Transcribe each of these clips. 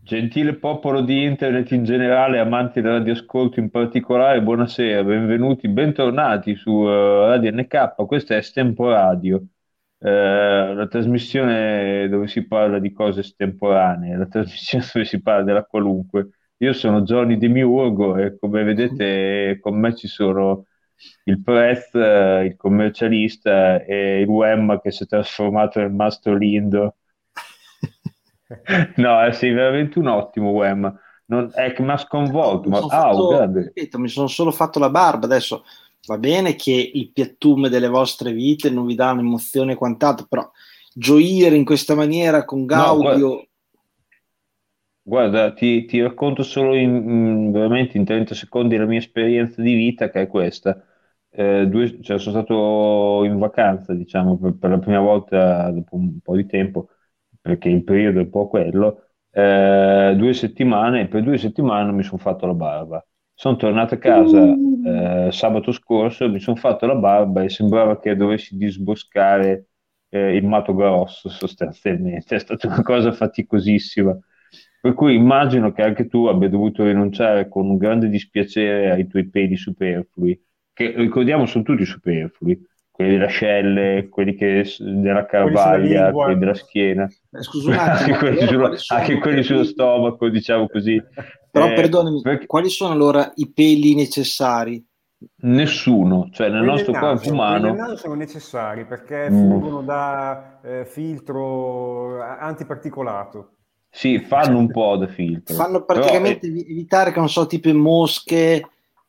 Gentile popolo di internet in generale, amanti del radioascolto in particolare, buonasera, benvenuti, bentornati su Radio NK. Questa è Stemporadio, la trasmissione dove si parla di cose estemporanee, la trasmissione dove si parla della qualunque. Io sono Johnny Demiurgo e come vedete con me ci sono il Prez, il commercialista e il Wemma che si è trasformato nel Mastro Lindo. No, sei veramente un ottimo Wem. È che mi ha No, sconvolto, ma grande. ripeto, mi sono solo fatto la barba. Adesso va bene che il piattume delle vostre vite non vi danno emozione e quant'altro, però gioire in questa maniera con No, Gaudio. guarda, ti racconto solo veramente in 30 secondi la mia esperienza di vita, che è questa. Cioè, sono stato in vacanza, diciamo, per la prima volta dopo un po' di tempo, perché il periodo è un po' quello. 2 settimane, e per 2 settimane non mi sono fatto la barba. Sono tornato a casa sabato scorso, mi sono fatto la barba e sembrava che dovessi disboscare il Mato Grosso sostanzialmente. È stata una cosa faticosissima. Per cui immagino che anche tu abbia dovuto rinunciare con un grande dispiacere ai tuoi peli superflui, che ricordiamo sono tutti superflui, quelli delle ascelle, della Quelli sulla carvaglia, quelli lingua. della schiena, Scusa un anche attimo, allora quali anche sono quelli sullo stomaco, diciamo così. però perdonami, Perché quali sono allora i peli necessari? nessuno, cioè nel Quelli del nostro corpo naso, quelli del umano, naso sono necessari perché mm, fungono da filtro antiparticolato. sì, fanno un po' da filtro, Fanno però praticamente evitare che non so, tipo mosche,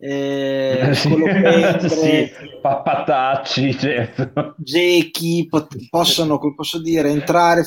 sì, sì, scolopendre, pappatacci, certo. gechi possano, come posso dire, entrare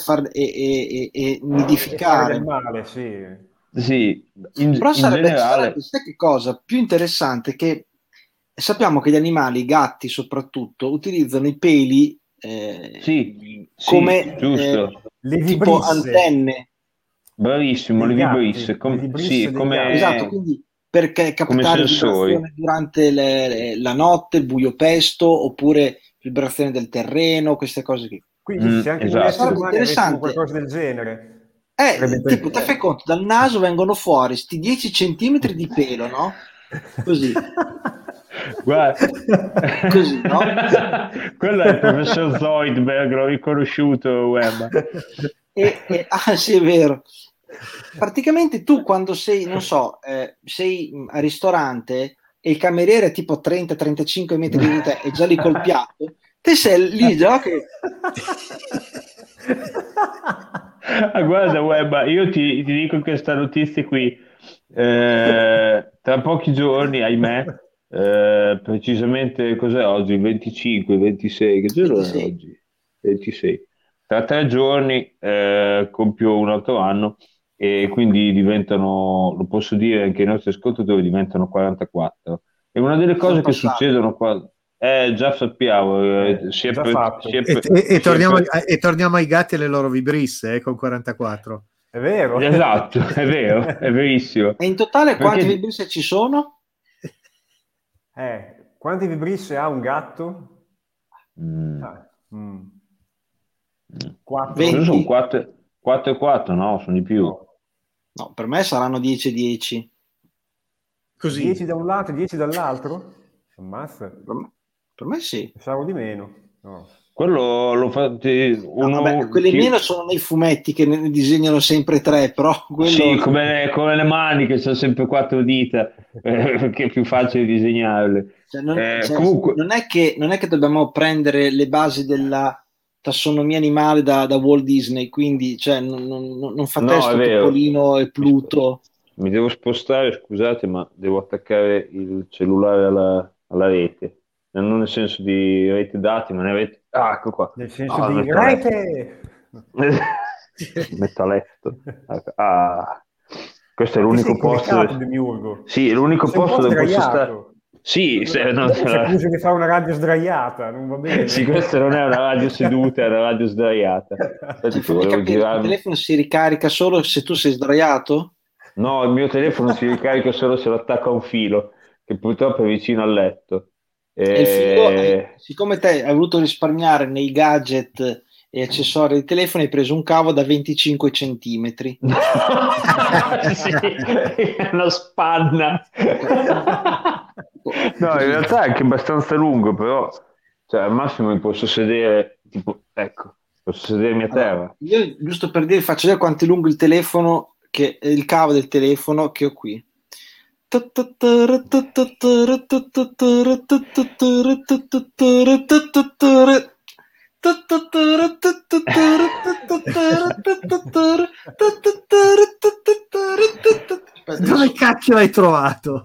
e E fare del nidificare. male, sì. Sì, Però in sarebbe, generale, sai che cosa? Più interessante che sappiamo che gli animali, i gatti soprattutto, utilizzano i peli sì, sì, come giusto, Le tipo vibrisse antenne. bravissimo, dei le gatti, vibrisse, le sì, vibrisse dei Esatto, gatti. quindi perché come captare sensori. vibrazione durante la notte, il buio pesto, oppure vibrazione del terreno, queste cose qui. Quindi se anche noi esseri Esatto. Sarebbe umani avessimo interessante. qualcosa del genere, sarebbe Tipo, te fai interessante. conto, dal naso vengono fuori sti 10 centimetri di pelo, no? Così, Guarda, così, no? quello è il professor Zoidberg, l'ho riconosciuto, Web. Ah, sì, è vero. Praticamente tu quando sei, non so, sei al ristorante e il cameriere è tipo 30-35 metri di te e già lì col piatto, te sei lì già che... Ah, guarda, Web, io ti dico questa notizia qui. Tra pochi giorni, ahimè, precisamente cos'è oggi? 25, 26, che giorno è 26. oggi? 26. Tra 3 giorni compio un altro anno e quindi diventano, lo posso dire anche ai nostri ascoltatori, diventano 44. E una delle Sono cose che passate. succedono qua, già sappiamo, Già fatto. E torniamo ai gatti e alle loro vibrisse, con 44. È vero. esatto, è vero, è verissimo. E in totale quante Perché vibrisse ci sono? Quante vibrisse ha un gatto? mm, Ah, mm, cosa sono 4? 20? 4, 4 e 4? No, sono di più. No. No, per me saranno 10-10. Così. 10 da un lato e 10 dall'altro? Ammazza. Per me sì. Pensavo di meno. No. Quello lo fa No, vabbè, uno quelle meno sono nei fumetti che ne disegnano sempre tre, però sì, quello... come le mani che sono sempre 4 dita, che è più facile disegnarle. Cioè, Comunque, non è che dobbiamo prendere le basi della tassonomia animale da Walt Disney, quindi cioè, non fa no, è testo vero. Topolino e Mi, sp- Pluto. mi devo spostare, scusate, ma devo attaccare il cellulare alla rete. Non nel senso di rete dati, ma ne rete... Ah, ecco qua. Nel senso Ah, di metto a letto. rete! Metto a letto. Ah, questo è Ma ti l'unico sei posto... coricato, Demiurgo? Sì, è l'unico Sei un po' posto dove posso stare... sdraiato. Sì, se, no, Dopo ci accusi di fare una radio sdraiata, non va sì, bene. questa non è una radio seduta, è una radio sdraiata. Cioè, Infatti che fammi volevo capire, il girarmi. telefono si ricarica solo se tu sei sdraiato? No, il mio telefono si ricarica solo se lo attacco a un filo, che purtroppo è vicino al letto. E il filo, E... siccome te hai voluto risparmiare nei gadget e accessori di telefono, hai preso un cavo da 25 centimetri. Sì, è una spanna. No, in realtà è anche abbastanza lungo, però cioè, al massimo mi posso sedere, tipo, ecco, posso sedermi a terra. Allora, io giusto per dire, faccio vedere quanto è lungo il telefono, il cavo del telefono che ho qui. Dove cacchio l'hai trovato?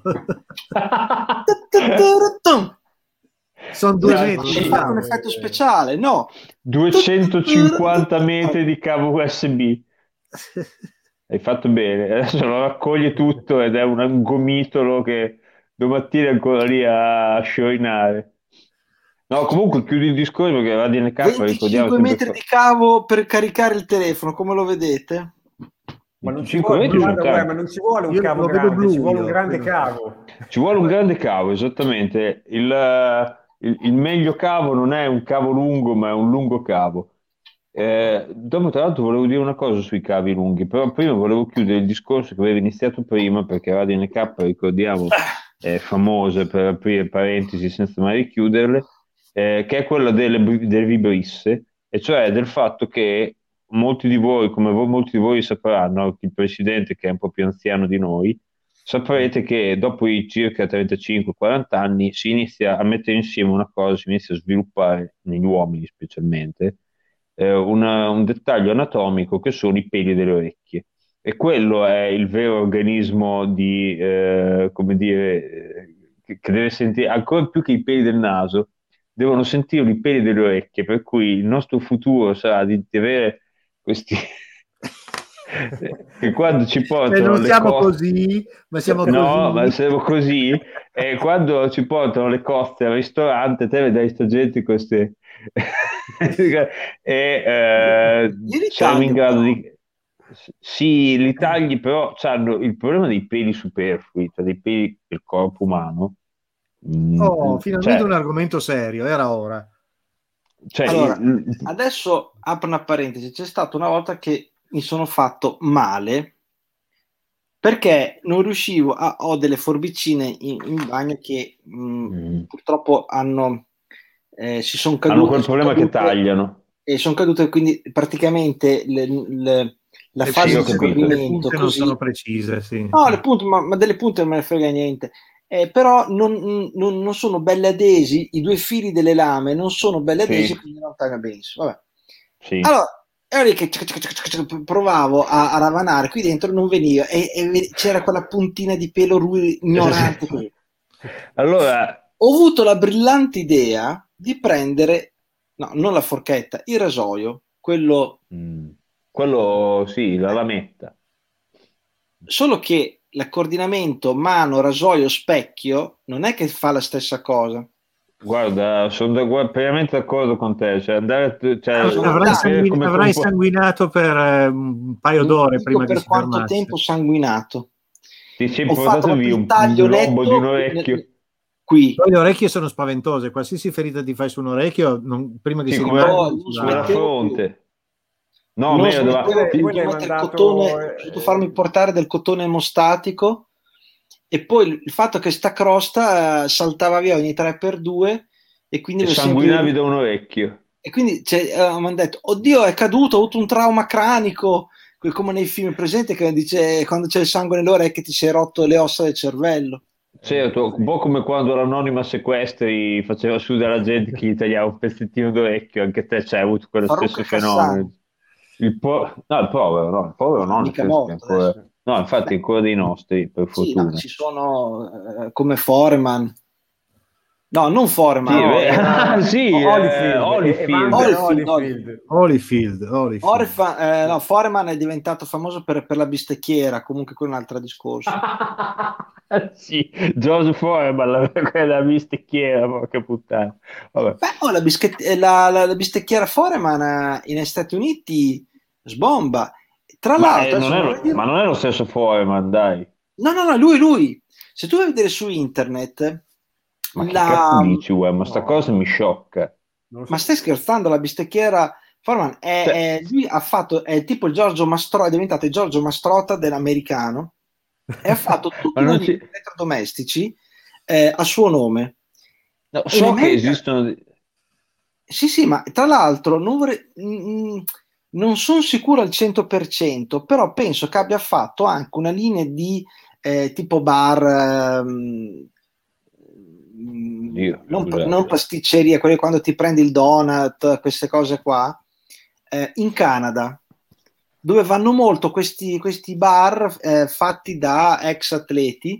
Sono 2 metri. Ho fatto un effetto speciale, no? 250 metri di cavo USB. Hai fatto bene. Adesso lo raccoglie tutto ed è un gomitolo che domattina è ancora lì a sciorinare. No, comunque chiudi il discorso perché la DNK, ricordiamo 25 metri di cavo per caricare il telefono, come lo vedete? Ma non ci 5 vuole, metri sono guarda, tanti. ma non ci vuole un Io cavo lo vedo grande, blu, ci vuole un io, grande quindi. cavo. Ci vuole un grande cavo, esattamente. Il meglio cavo non è un cavo lungo, ma è un lungo cavo. Dopo, tra l'altro, volevo dire una cosa sui cavi lunghi, però prima volevo chiudere il discorso che avevi iniziato prima, perché Radio NK, ricordiamo, è famosa per aprire parentesi senza mai richiuderle, che è quella delle vibrisse, e cioè del fatto che molti di voi, come molti di voi sapranno, il presidente che è un po' più anziano di noi, saprete che dopo i circa 35-40 anni si inizia a mettere insieme una cosa, si inizia a sviluppare, negli uomini specialmente, un dettaglio anatomico che sono i peli delle orecchie. E quello è il vero organismo di, come dire, che deve sentire, ancora più che i peli del naso, devono sentire i peli delle orecchie, per cui il nostro futuro sarà di avere questi... che quando ci portano non le siamo coste, così, ma siamo no, ma così. siamo così, e quando ci portano le coste al ristorante, te vedrai sta gente con queste Io li saremo in taglio, grado però. di sì, li tagli, però hanno il problema dei peli superflui, cioè dei peli del corpo umano. Oh, finalmente Cioè, un argomento serio, era ora. cioè, Allora, adesso apro una parentesi. C'è stata una volta che mi sono fatto male perché non riuscivo ho delle forbicine in bagno che purtroppo si sono hanno cadute, quel problema che tagliano. e sono cadute, quindi praticamente la fase Sì, ho di capito. Le scorrimento punte non così. sono precise, sì. No, le punte, ma delle punte non me ne frega niente. Però non sono belle adesi, i due fili delle lame non sono belle adesi, Sì, quindi non taglia benissimo. Vabbè. sì. Allora, ero lì che provavo a ravanare, qui dentro non veniva, e c'era quella puntina di pelo ignorante così. Allora, Ho avuto la brillante idea di prendere, no, non la forchetta, il rasoio, quello. quello sì, la lametta. Solo che l'accoordinamento mano, rasoio, specchio non è che fa la stessa cosa. Guarda, sono pienamente d'accordo con te. Cioè, andare, cioè, sapere come Avrai sanguinato per un paio Non d'ore dico prima che per si quanto fermasse. tempo sanguinato. ti sei Ho fatto portato via proprio il un taglio lobo di un netto orecchio. qui. Poi le orecchie sono spaventose, qualsiasi ferita ti fai su un orecchio, prima che Sì, si come, rimargini, Non si come la va. smettevo più. fronte. No, Non meglio smettevo più, Poi dovevo l'hai mettere il cotone, mandato... ho dovuto farmi portare del cotone emostatico, e poi il fatto che sta crosta saltava via ogni 3x2, e quindi e mi sempre. sanguinavi da un orecchio. E quindi mi hanno detto, oddio, è caduto, ho avuto un trauma cranico, come nei film presenti che dice quando c'è il sangue nelle orecchie ti sei rotto le ossa del cervello. Certo, un po' come quando l'anonima sequestri faceva su della gente che gli tagliava un pezzettino d'orecchio, anche te c'hai avuto quello Farruko stesso Hassan, fenomeno. No, il povero no, nel mica senso che è morto adesso. ancora... No, infatti è Beh, ancora dei nostri, per sì, no, fortuna. ci sono come Foreman. No, non Sì, Foreman. No, ah, era sì, Holyfield, Holyfield. Evander Holyfield. Holyfield. Holyfield. No, Foreman è diventato famoso per la bistecchiera, comunque quello è un altro discorso. Sì, Joseph Foreman, quella bistecchiera, porca puttana. Vabbè. Beh, la bistecchiera Foreman in Stati Uniti sbomba. Tra l'altro, adesso non vorrei dire. Ma non è lo stesso Foreman, dai. No, lui. Se tu vai a vedere su internet, Ma che cazzo la. dici, uè? Ma sta No, cosa mi sciocca. non lo so. Ma stai scherzando? La bistecchiera Foreman lui ha fatto, è tipo il Giorgio Mastrota, è diventato il Giorgio Mastrota dell'americano e ha fatto Ma tutta una non linea ci... di elettrodomestici a suo nome. No, E in so che America, esistono... sì, sì, ma tra l'altro non sono sicuro al 100%, però penso che abbia fatto anche una linea di tipo bar, Dio, non scusate. pasticceria, quelle quando ti prendi il donut, queste cose qua, in Canada, dove vanno molto questi bar fatti da ex atleti,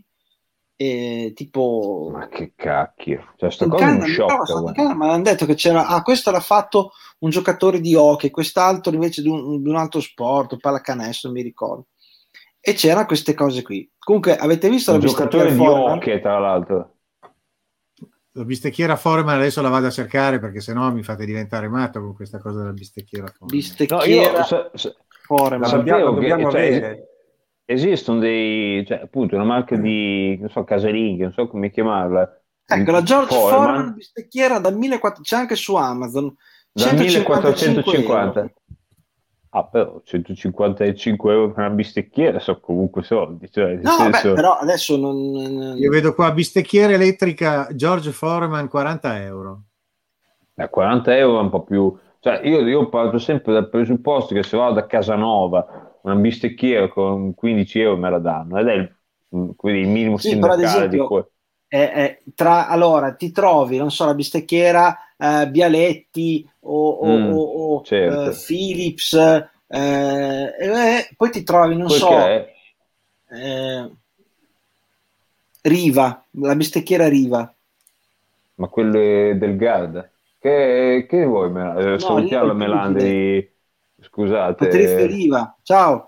tipo Ma che cacchio. Cioè, sta in cosa mi Canada, mi ricordo, sciocca, sono in guarda. Canada, ma hanno detto che c'era, questo l'ha fatto un giocatore di hockey, quest'altro invece di un altro sport, pallacanestro, non mi ricordo. E c'erano queste cose qui. Comunque, avete visto la Un bistecchiera giocatore di Foreman? hockey, tra l'altro. La bistecchiera Foreman adesso la vado a cercare perché sennò mi fate diventare matto con questa cosa della bistecchiera Foreman. No, io Bistecchiera Foreman. La sapevo che dobbiamo cioè, avere. esistono dei, cioè, appunto, una marca di, non so, casalinghe, non so come chiamarla, Ecco, la George Foreman Foreman, bistecchiera da 1400, c'è anche su Amazon, dal 155 euro. 1450. Ah, però 155 euro per una bistecchiera sono comunque soldi, cioè, nel No, beh, senso, però adesso Io vedo qua bistecchiera elettrica George Foreman 40 euro. 40 euro è un po' più... Cioè, io parto sempre dal presupposto che se vado da Casanova, una bistecchiera con 15 euro me la danno, ed è quindi il minimo sì, però ad sindacale di esempio, quello. allora ti trovi, non so, la bistecchiera Bialetti Certo. Philips, poi ti trovi, non Quel che so, è, eh, Riva, la bistecchiera Riva. ma quelle del Garda. Che vuoi? No, Riva è Salutiamo la il pugile. Melandri, Patrizio scusate. Riva, ciao.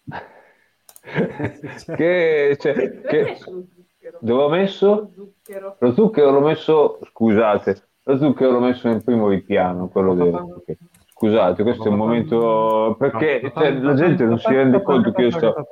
Dove hai messo lo zucchero? Dove ho messo? Lo zucchero. Lo zucchero l'ho messo, scusate, lo zucchero l'ho messo nel primo ripiano, quello ok. Scusate, questo è un momento perché cioè, la gente non si rende conto che io sto...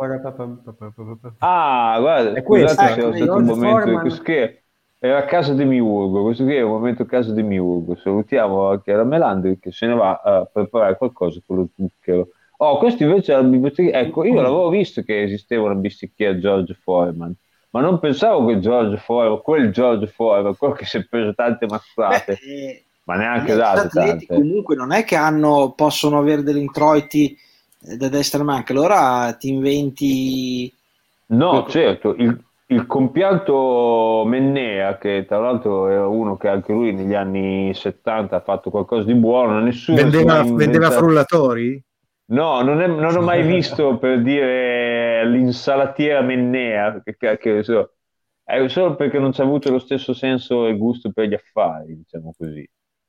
Ah, guarda, È scusate se questa, ho Ecco, stato un George momento, Foreman. questo che era a casa di Miurgo, questo qui è un momento a casa di Miurgo. Salutiamo anche la Melandri che se ne va a preparare qualcosa con lo zucchero. Oh, questo invece è la biblioteca. Ecco, io l'avevo visto che esisteva una bistecchiera George Foreman, ma non pensavo che George Foreman, quel George Foreman, quello che si è preso tante beh, mazzate, ma gli neanche ex date atleti tante. comunque non è che possono avere degli introiti da destra e manca, allora ti inventi No, certo, il compianto Mennea, che tra l'altro era uno che anche lui negli anni 70 ha fatto qualcosa di buono, nessuno si è mai Vendeva inventato. frullatori? No, non ho mai visto per dire l'insalatiera Mennea, so, è solo perché non ci ha avuto lo stesso senso e gusto per gli affari, diciamo così.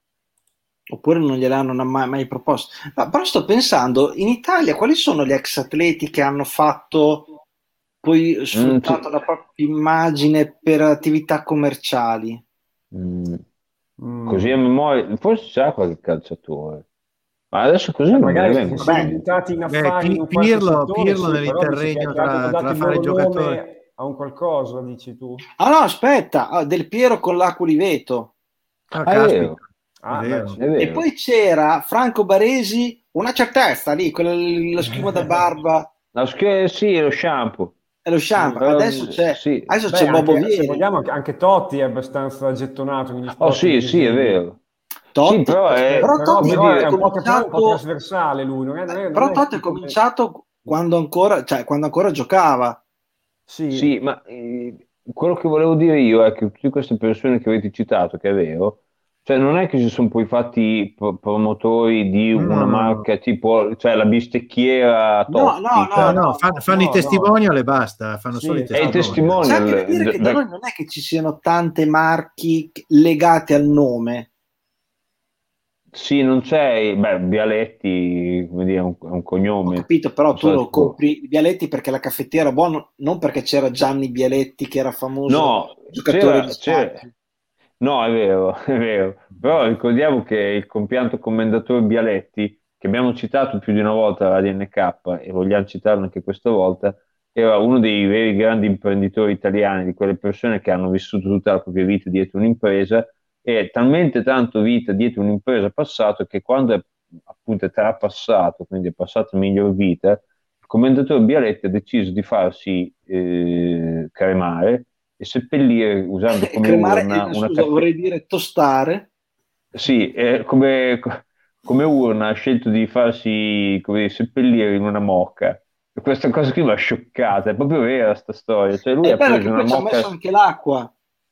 oppure non gliel'hanno mai proposto. No, però sto pensando, in Italia quali sono gli ex atleti che hanno fatto, poi Mm, sfruttato la propria immagine per attività commerciali? mm, così a Mm. memoria, forse c'è qualche calciatore, ma adesso così non me ne Magari che vengono in siano Vabbè, mente. buttati in affari in un qualche settore, Pirlo sì, però dici nell'interregno che abbiano dato tra il fare loro il giocatore. nome a un qualcosa, dici tu? ah no, aspetta, Del Piero con l'Aquiliveto. Ah, Ah, è caspita, vero, è Ah, beh, vero. è E vero. poi c'era Franco Baresi, una certezza lì, lo schiuma da barba Sì, lo shampoo. e lo shampoo. Però, sì. Adesso beh, c'è Bobo anche, se Vieri. vogliamo, anche Totti è abbastanza gettonato negli Oh sport sì, sì, è televisivi. vero. Sì, Totti, però è, però Però, Totti come però ha è un dire, po', però è un po' cominciato, trasversale lui, non però è Totti ha tipo... cominciato quando ancora giocava. Sì, sì, ma quello che volevo dire io è che tutte queste persone che avete citato, che è vero, cioè non è che si sono poi fatti promotori di No, una no, no. marca tipo, cioè la bistecchiera No, no, Totti, no, No, cioè, no, no, no. fanno i no, no. testimonial e basta, fanno Sì, solo i è il esatto. testimonial. C'è anche da testimonial. dire che da noi non è che ci siano tante marchi legate al nome. Sì, non c'è, beh, Bialetti, come dire, è un Ho cognome, capito, però non tu so, lo tipo... compri Bialetti perché la caffettiera era buona, non perché c'era Gianni Bialetti che era famoso No, giocatore di scacchi. no, è vero, è vero, però ricordiamo che il compianto commendatore Bialetti, che abbiamo citato più di una volta alla DNK e vogliamo citarlo anche questa volta, era uno dei veri grandi imprenditori italiani, di quelle persone che hanno vissuto tutta la propria vita dietro un'impresa e talmente tanto vita dietro un'impresa passato che quando è appunto è trapassato, quindi è passato a miglior vita, il commendatore Bialetti ha deciso di farsi cremare e seppellire usando come Cremare, urna una scusa, vorrei dire tostare. Sì, come urna ha scelto di farsi come dire, seppellire in una mocca. E questa cosa qui mi ha scioccata, è proprio vera sta storia. Cioè lui È ha bello preso che una poi ci ha mocca. messo anche l'acqua.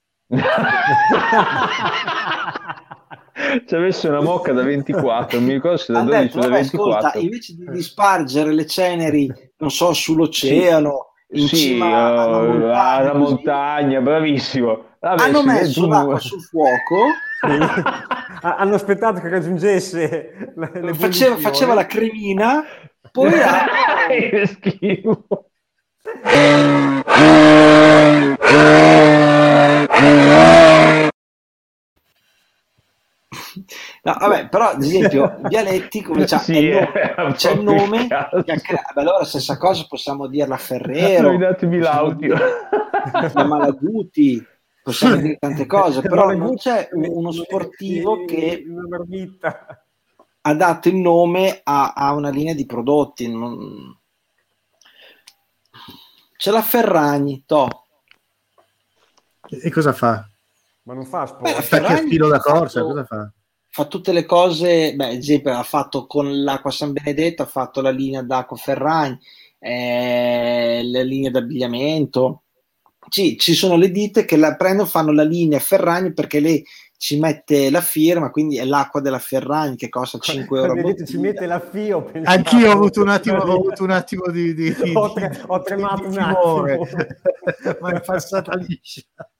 Ci ha messo una mocca da 24, non mi ricordo se da Hanno 12 detto, o da vabbè, ascolta, 24. invece di spargere le ceneri, non so, Sì, sull'oceano, in sì, cima alla montagna, alla così, montagna, bravissimo. Vabbè, hanno sì, messo tu. l'acqua sul fuoco, Hanno aspettato che raggiungesse faceva la l'ebullizione. cremina, poi hanno... Che schifo. No, vabbè, però ad esempio Vialetti come Sì, c'è il nome che caso. allora stessa cosa possiamo dirla a Ferrero, Rovinatemi possiamo l'audio. dire a Malaguti, possiamo dire tante cose, però non c'è uno sportivo che una marmitta. ha dato il nome a una linea di prodotti. C'è la Ferragni, E cosa fa? Ma non fa Beh, sport. Stacchi a filo da corsa, fatto- cosa fa? fa tutte le cose, beh, ad esempio ha fatto con l'acqua San Benedetto, ha fatto la linea d'acqua Ferragni, le linee d'abbigliamento. Sì, ci sono le ditte che la prendono, fanno la linea Ferragni perché lei ci mette la firma, quindi è l'acqua della Ferragni che costa 5 euro a Quando hai detto ci bottiglia. mette la FIO, ho pensato- Anch'io ho avuto un attimo di Ho tremato un timore, attimo. ma è passata liscia.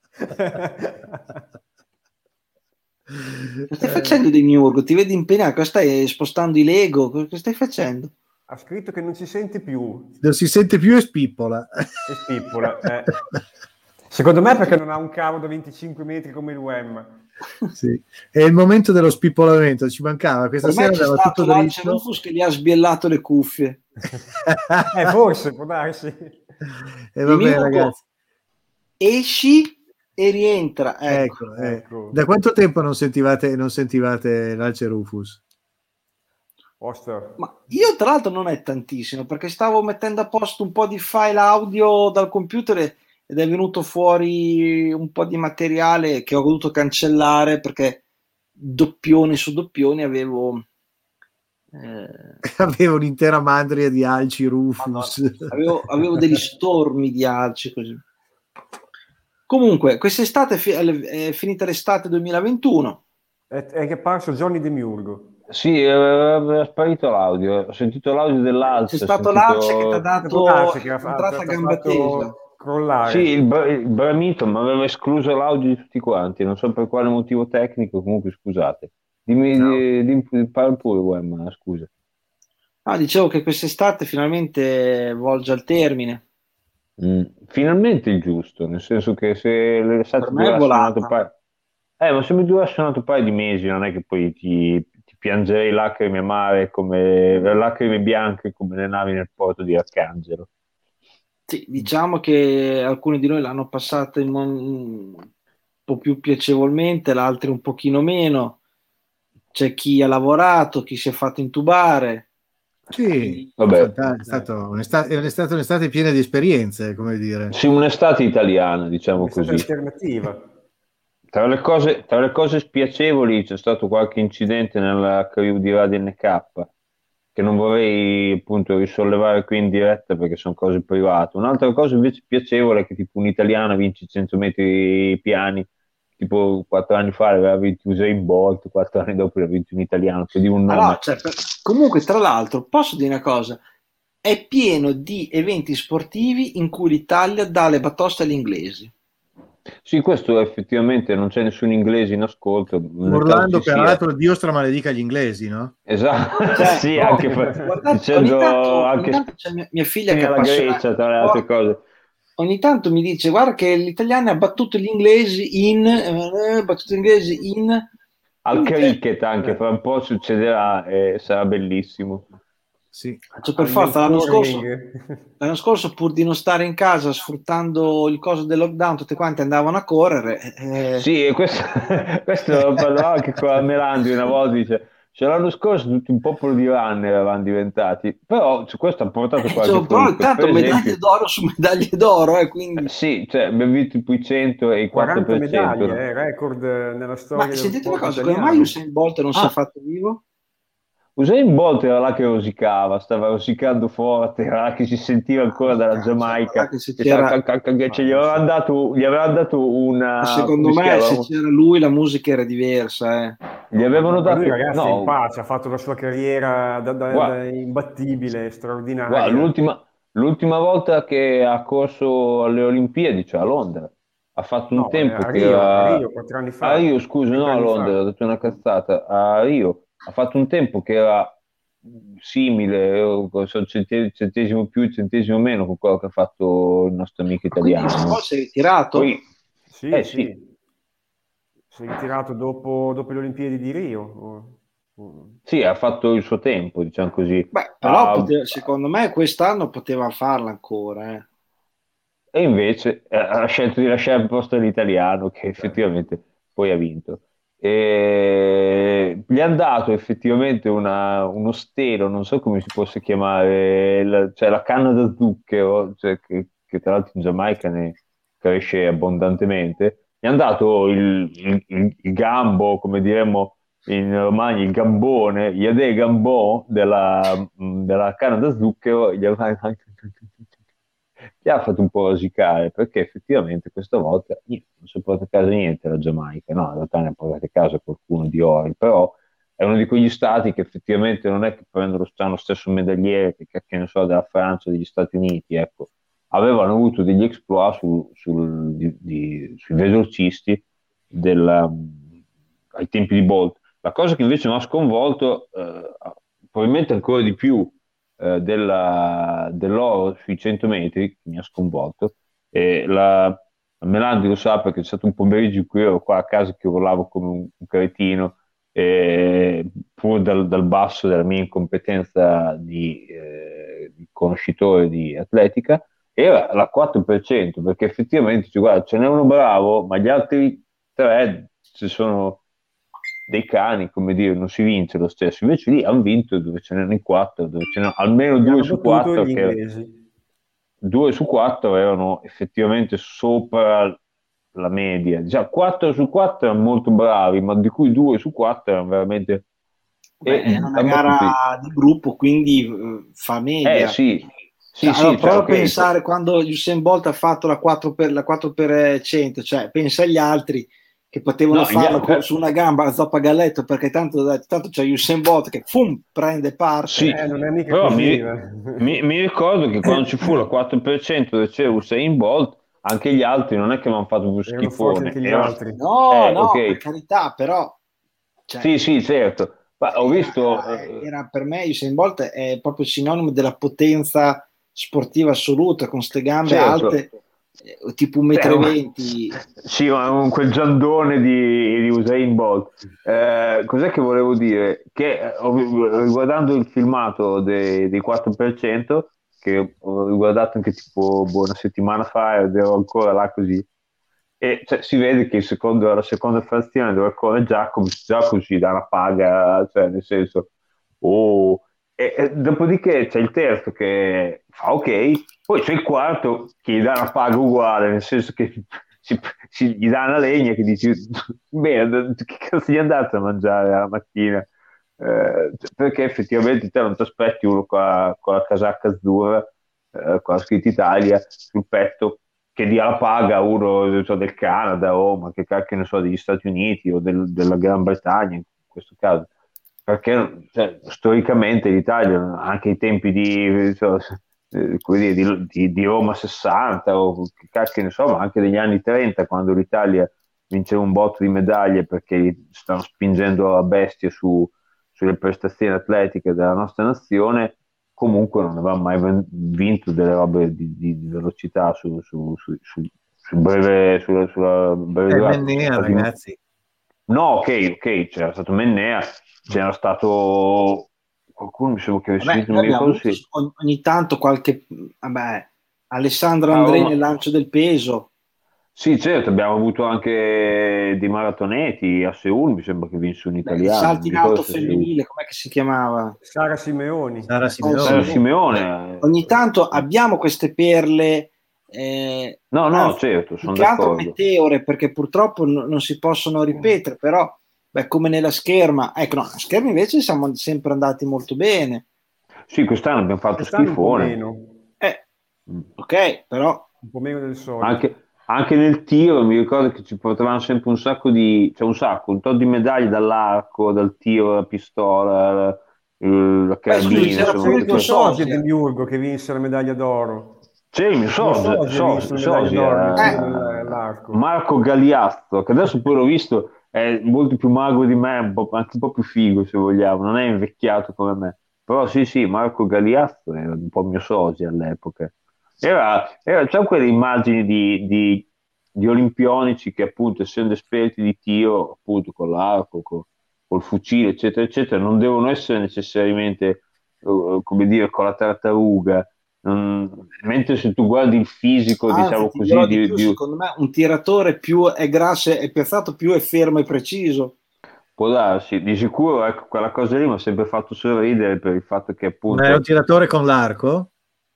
Cosa stai facendo di Miurgo? Ti vedi impegnato? Cosa stai spostando i Lego? Cosa stai facendo? Ha scritto che non si sente più Non si sente più e spippola. e spippola. Secondo me perché non ha un cavo da 25 metri come il WEM. Sì. È il momento dello spippolamento, ci mancava. Questa Per me sera c'è andava stato tutto l'Alce dritto. Rufus che gli ha sbiellato le cuffie. Forse, può darsi. E vabbè, Miurgo, ragazzi. esci e rientra. Ecco. Ecco. Da quanto tempo non sentivate l'Alce Rufus? Oster. Ma io tra l'altro non è tantissimo perché stavo mettendo a posto un po' di file audio dal computer ed è venuto fuori un po' di materiale che ho dovuto cancellare perché doppioni su doppioni avevo Avevo un'intera mandria di Alci Rufus. avevo degli stormi di alci così. Comunque quest'estate è finita l'estate 2021. È che è apparso Johnny Demiurgo. Sì, era sparito l'audio. Ho sentito l'audio dell'Alce. C'è stato l'Alce che ti ha Può dato darsi che l'entrata a ha gamba tesa. fatto crollare. Sì, il Bramito mi aveva escluso l'audio di tutti quanti, non so per quale motivo tecnico, comunque scusate. Parla pure, ma scusa. Dicevo che quest'estate finalmente volge al termine. Finalmente il giusto, nel senso che se l'estate Per me è durasse un volata. altro paio. Ma se mi durasse un altro paio di mesi, non è che poi ti piangerei lacrime amare come lacrime bianche come le navi nel porto di Arcangelo. Sì, diciamo che alcuni di noi l'hanno passata un po' più piacevolmente, altri un pochino meno. C'è chi ha lavorato, chi si è fatto intubare. Sì, Vabbè. è stata un'estate piena di esperienze, come dire. Sì, un'estate italiana, diciamo Un'estate così. alternativa. Tra le cose spiacevoli c'è stato qualche incidente nella crew di Radio NK, che non vorrei appunto risollevare qui in diretta perché sono cose private. Un'altra cosa invece piacevole è che tipo un italiano vince 100 metri piani, tipo 4 anni fa aveva vinto Usain Bolt, 4 anni dopo l'ha vinto un italiano, per dire un nome. Allora, comunque, tra l'altro, posso dire una cosa, è pieno di eventi sportivi in cui l'Italia dà le batoste agli inglesi. Sì, questo effettivamente non c'è nessun inglese in ascolto. nel Urlando caso ci sia. peraltro Dio stramaledica gli inglesi, no? Esatto, Cioè, sì, no, anche guardate, dicendo ogni anche tanto c'è mia figlia che è alla appassionata Grecia, tra le di altre sport. cose. Ogni tanto mi dice guarda che l'italiano ha battuto gli inglesi Al Quindi, cricket anche, fra un po' succederà e sarà bellissimo. Sì. per forza l'anno scorso pur di non stare in casa sfruttando il coso del lockdown tutti quanti andavano a correre Sì, e questo lo parlavo anche con la Melandi una volta, dice cioè, l'anno scorso tutti un popolo di runner erano diventati, però su questo ha portato qualche Però frutto. tanto Per medaglie esempio, d'oro su medaglie d'oro, quindi... sì, cioè, abbiamo vinto i 100 e i 40 4%. medaglie, No? record nella Ma storia dello sentite una sport cosa, come mai italiano. Usain Bolt non si è Ah, fatto vivo? Usain Bolt era là che rosicava, stava rosicando forte, era là che si sentiva Ah, ancora dalla mica, cioè, guarda Giamaica, che se che, sa- c'era... ca- ca- ca- Ma cioè, non so. gli avevano dato Ma una, secondo come si me se chiama? c'era lui la musica era diversa, eh. Gli avevano Ma lui, dato, ragazzi, è in no, pace, ha fatto la sua carriera da guarda, imbattibile, guarda, straordinaria. l'ultima volta che ha corso alle Olimpiadi, cioè a Londra, ha fatto un No, tempo che A era Rio, 4 anni a fa, Rio, scusa, 5 no a anni Londra, fa. ho detto una cazzata, a Rio ha fatto un tempo che era simile, centesimo più, centesimo meno con quello che ha fatto il nostro amico Ma quindi Usain italiano. Bolt si è ritirato? Poi, Sì, sì. sì, si è ritirato dopo le Olimpiadi di Rio. Sì, ha fatto il suo tempo, diciamo così. Beh, però secondo me quest'anno poteva farla ancora, eh. E invece ha scelto di lasciare il posto all'italiano che effettivamente poi ha vinto. E gli hanno dato effettivamente uno stelo, non so come si possa chiamare, cioè la canna da zucchero, cioè che tra l'altro in Giamaica ne cresce abbondantemente. Gli hanno dato il gambo, come diremmo in Romagna, il gambone, gli adè gambò della canna da zucchero, gli ha fatto un po' rosicare perché effettivamente questa volta niente, non si è portato a casa niente la Giamaica, no, in realtà ne ha portato a casa qualcuno di ori, però è uno di quegli stati che effettivamente non è che hanno lo stesso medagliere che ne so, della Francia o degli Stati Uniti, ecco, avevano avuto degli exploit sui velocisti ai tempi di Bolt. La cosa che invece mi ha sconvolto, probabilmente ancora di più dell'oro sui 100 metri, che mi ha sconvolto, e la Melandi lo sa perché c'è stato un pomeriggio in cui ero qua a casa che urlavo come un cretino, pur dal basso della mia incompetenza di conoscitore di atletica, era la 4%, perché effettivamente cioè, guarda, ce n'è uno bravo, ma gli altri tre ci sono dei cani, come dire, non si vince lo stesso. Invece lì hanno vinto dove ce n'erano in quattro, dove ce n'erano almeno E due hanno su battuto quattro, gli che inglesi. 2 su 4 erano effettivamente sopra la media. Già 4 su 4 erano molto bravi, ma di cui 2 su 4 erano veramente... Beh, E è una hanno battuto... gara di gruppo, quindi fa media. Sì, Cioè, sì, allora, sì, cioè, prova a ok. pensare quando Usain Bolt ha fatto la 4 per 100, cioè pensa agli altri che potevano No, farlo su una gamba a zoppa galletto, perché tanto c'è Usain Bolt che prende parte. sì, Non è mica però così. mi ricordo che quando ci fu la 4% dove c'era Usain Bolt, anche gli altri non è che mi hanno fatto più Erano forti schifone. anche gli altri. No, no, per Ok, carità, però cioè, sì, sì, certo. Ma ho visto, era per me Usain Bolt è proprio sinonimo della potenza sportiva assoluta, con ste gambe certo, alte, tipo 1,20 m. sì, ma quel giandone di Usain Bolt. Cos'è che volevo dire? Che riguardando il filmato dei 4%, che ho riguardato anche tipo una settimana fa ed ero ancora là così, e cioè, si vede che la seconda frazione dove corre Giacomo ci dà una paga, cioè nel senso, oh, e dopodiché c'è il terzo che fa ok, poi c'è il quarto che gli dà una paga uguale, nel senso che gli dà una legna che dici, bene, che cazzo gli andate a mangiare la mattina? Perché effettivamente te non ti aspetti uno con la casacca azzurra, con la scritta Italia sul petto, che dia la paga a uno cioè, del Canada o ma che cacchio ne so, degli Stati Uniti o della Gran Bretagna in questo caso. Perché cioè, storicamente l'Italia, anche ai tempi come dire, di Roma 60 o che cacchio ne so, ma anche degli anni 30, quando l'Italia vinceva un botto di medaglie perché stanno spingendo a bestia sulle prestazioni atletiche della nostra nazione, comunque non aveva mai vinto delle robe di velocità sul breve, sulla breve durata. Mennea, ragazzi. No, ok, c'era stato Mennea, c'era stato qualcuno, mi sembra che avesse Vabbè, vinto, noi non mi abbiamo ricordo avuto se... ogni tanto qualche, vabbè, Alessandro a Andrei Roma, nel lancio del peso. Sì, certo, abbiamo avuto anche dei maratoneti a Seul, mi sembra che vinse un Beh, i italiano, non salti mi in ricordo alto se Seul. femminile, com'è che si chiamava? Sara Simeoni. Sara Sara Simeoni. Simeone. Ogni tanto abbiamo queste perle, No, no, anzi, certo, più sono che altro d'accordo. meteore, perché purtroppo non si possono ripetere, però, beh, come nella scherma, ecco, no, la scherma invece siamo sempre andati molto bene. Sì, quest'anno abbiamo fatto Quest'anno un po' schifone. meno, Mm. Ok, però, un po' meno del solito. Anche nel tiro mi ricordo che ci portavano sempre un sacco cioè un tot di medaglie dall'arco, dal tiro, dalla pistola, la beh, scusi, carabina, c'era insomma, pure C'è il il tutte tuo tuo queste. sosia sosia. del Miurgo che vinse la medaglia d'oro. C'è il mio Il mio sosia ha vinto la medaglia d'oro nel tiro sosia, all'arco. Marco Galiastro, che adesso poi l'ho visto, è molto più magro di me, anche un po' più figo se vogliamo, non è invecchiato come me. Però sì, sì, Marco Galiastro era un po' mio sosia all'epoca. C'è quelle immagini di olimpionici che appunto, essendo esperti di tiro, appunto con l'arco, col fucile, eccetera, eccetera, non devono essere necessariamente, come dire, con la tartaruga. Mentre se tu guardi il fisico, Anzi, diciamo ti dirò così, di più, secondo me un tiratore più è grasso e piazzato, più è fermo e preciso. può darsi, di sicuro, ecco, quella cosa lì mi ha sempre fatto sorridere per il fatto che Ma è un appunto. tiratore con l'arco?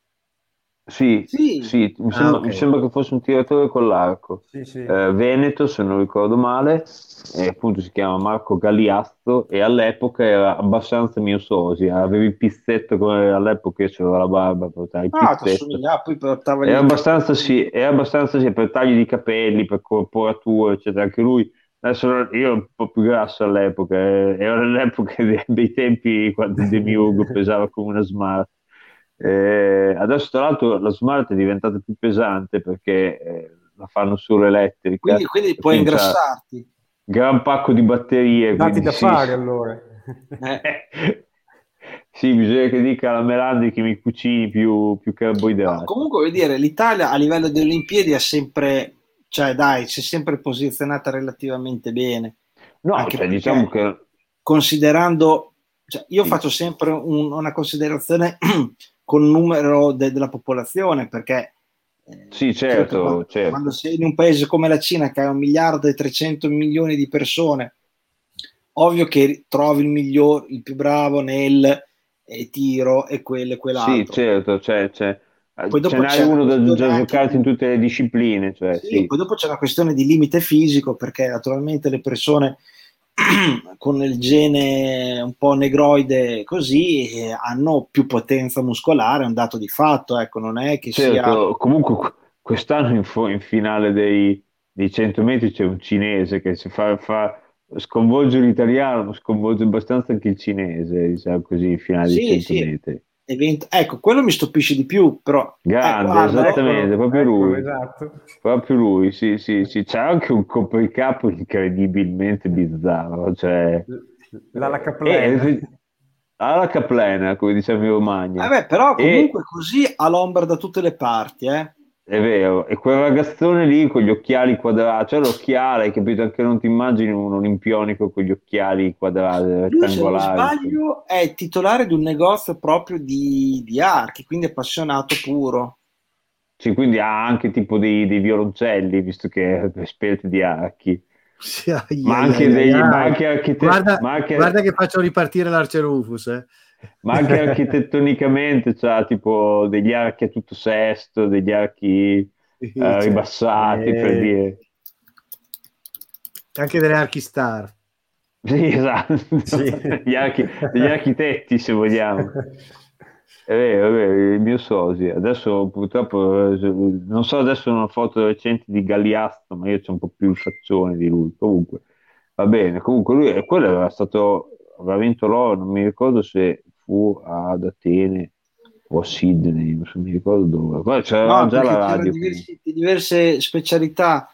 Sì, Sì, sì, Ah, mi ok. sembra che fosse un tiratore con l'arco. Sì, sì. Veneto, se non ricordo male, e appunto si chiama Marco Galliastro e all'epoca era abbastanza mio sosia. Aveva il pizzetto come all'epoca io c'avevo la barba, portava il no, ti pizzetto. assomiglia, poi portava i capelli. Era abbastanza sì, per tagli di capelli, per corporatura, eccetera. Anche lui, adesso io ero un po' più grasso all'epoca, era all'epoca dei tempi quando il Demiurgo pesava come una Smart. Adesso tra l'altro la Smart è diventata più pesante perché la fanno solo elettrica Quindi e puoi quindi c'ha ingrassarti. gran pacco di batterie, Dati quindi da sì, fare sì. allora. Eh. Sì, bisogna che dica alla Melandi che mi cucini più No, carboidrati. comunque, vuol dire, l'Italia a livello delle Olimpiadi è sempre, cioè dai, si è sempre posizionata relativamente bene, No, anche cioè diciamo perché che considerando, cioè, io sì, faccio sempre una considerazione con il numero della popolazione, perché sì, certo, certo, quando certo. sei in un paese come la Cina che ha 1,3 miliardi di persone, ovvio che trovi il miglior, il più bravo nel tiro e quello e Sì, quell'altro. certo, Poi ce dopo n'hai c'è la uno da questione anche giocarti in di, tutte le discipline, cioè sì, sì. poi dopo c'è una questione di limite fisico, perché naturalmente le persone con il gene un po' negroide così hanno più potenza muscolare, è un dato di fatto, ecco, non è che sia. Certo, comunque quest'anno in finale dei 100 metri c'è un cinese che sconvolge l'italiano, ma sconvolge abbastanza anche il cinese, diciamo così, in finale dei Sì, 100 sì, metri. ecco, quello mi stupisce di più, però, Grande, guardalo. esattamente, Eccolo, esatto. proprio lui, sì, sì, sì, c'è anche un copricapo incredibilmente bizzarro, cioè, L'ala Kaplan. e alla Caplena, come diceva mio Romagna, Vabbè, però comunque e così ha l'ombra da tutte le parti, eh. è vero, e quel ragazzone lì con gli occhiali quadrati, cioè l'occhiale, capito? Anche non ti immagini un olimpionico con gli occhiali quadrati, Lui, se non rettangolari, insomma. sbaglio, è titolare di un negozio proprio di archi, quindi è appassionato puro. Sì, quindi ha anche tipo dei violoncelli, visto che è esperto di archi. Sì, ai, Ma ai, anche ai, ai, degli, ma ai. anche Guarda, ma guarda anche, che faccio ripartire l'Arcerufus, eh. ma anche architettonicamente c'ha tipo degli archi a tutto sesto, degli archi Sì, certo. ribassati per dire. Anche delle Archistar. Sì, esatto, Sì. degli architetti se vogliamo. È vero, il mio sosia. Adesso purtroppo, non so adesso una foto recente di Galliastro, ma io c'ho un po' più il faccione di lui. Comunque, va bene. Comunque lui, quello aveva vinto l'oro, non mi ricordo se fu ad Atene o a Sydney, non mi ricordo dove. Poi c'era No, già la perché c'erano radio comunque. diverse specialità.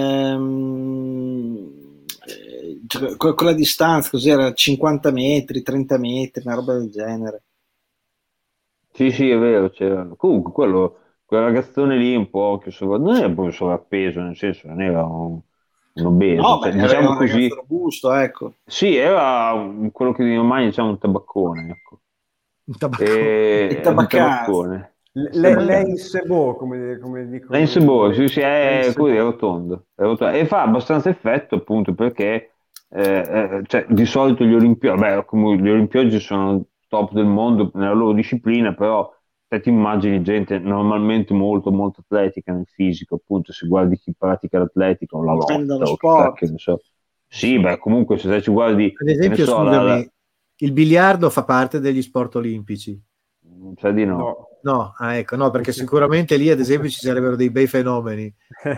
Cioè, con la distanza, così era 50 metri, 30 metri, una roba del genere. Sì, sì, è vero, c'era. Comunque quel ragazzone lì un po' non era proprio sovrappeso, nel senso non era un obeso, No, beh, cioè, è diciamo un ragazzo così, robusto, ecco. sì, era quello che ormai diciamo un tabaccone, ecco. Un tabacco. Il Un tabaccato. tabaccone. Lei Sebo, come dicono. Lane Sebo, sì, Lane è Sebo. così, è rotondo, e fa abbastanza effetto appunto perché cioè, di solito gli olimpiadi, beh, come gli olimpiadi sono top del mondo nella loro disciplina, però te ti immagini gente normalmente molto molto atletica nel fisico, appunto se guardi chi pratica l'atletica o la Dipende dallo lotta o chi sport. cacchio ne so. Sì, beh, comunque se te ci guardi, Ad che ne esempio, so, scusami, il biliardo fa parte degli sport olimpici? sai di no. No. No, ecco, no, perché sicuramente lì ad esempio ci sarebbero dei bei fenomeni.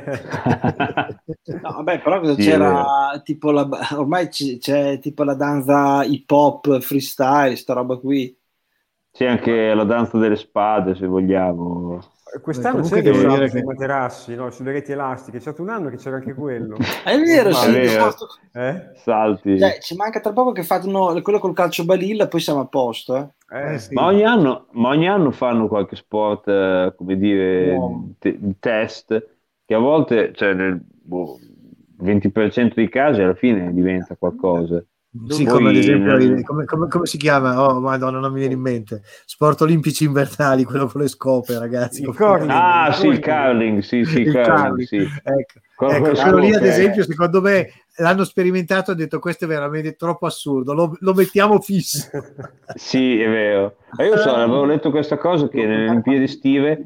No, vabbè, però cosa Sì, è vero. c'era tipo ormai c'è tipo la danza hip hop freestyle, sta roba qui. C'è anche la danza delle spade, se vogliamo. Quest'anno Comunque c'è il devo salto dire sui che materassi, no? Sulle reti elastiche. C'è stato un anno che c'era anche quello. È vero, Ma- sì, È vero. Eh? Salti. Cioè, ci manca tra poco che fanno quello col calcio balilla, poi siamo a posto, sì. Ma ogni anno fanno qualche sport, come dire, Uomo. di test, che a volte, cioè nel 20% dei casi alla fine diventa qualcosa. Sì, Poi come ad esempio, nel- come si chiama? Oh, madonna, non mi viene in mente. Sport olimpici invernali, quello con le scope, ragazzi. Il curling. Ah, il sì, il curling. curling, sì, il Il curling, curling. sì. Ecco, Con ecco, le quello lì ad scope. esempio, secondo me l'hanno sperimentato e ha detto questo è veramente troppo assurdo, lo mettiamo fisso. Sì, è vero. E io so, avevo letto questa cosa che nelle Olimpiadi estive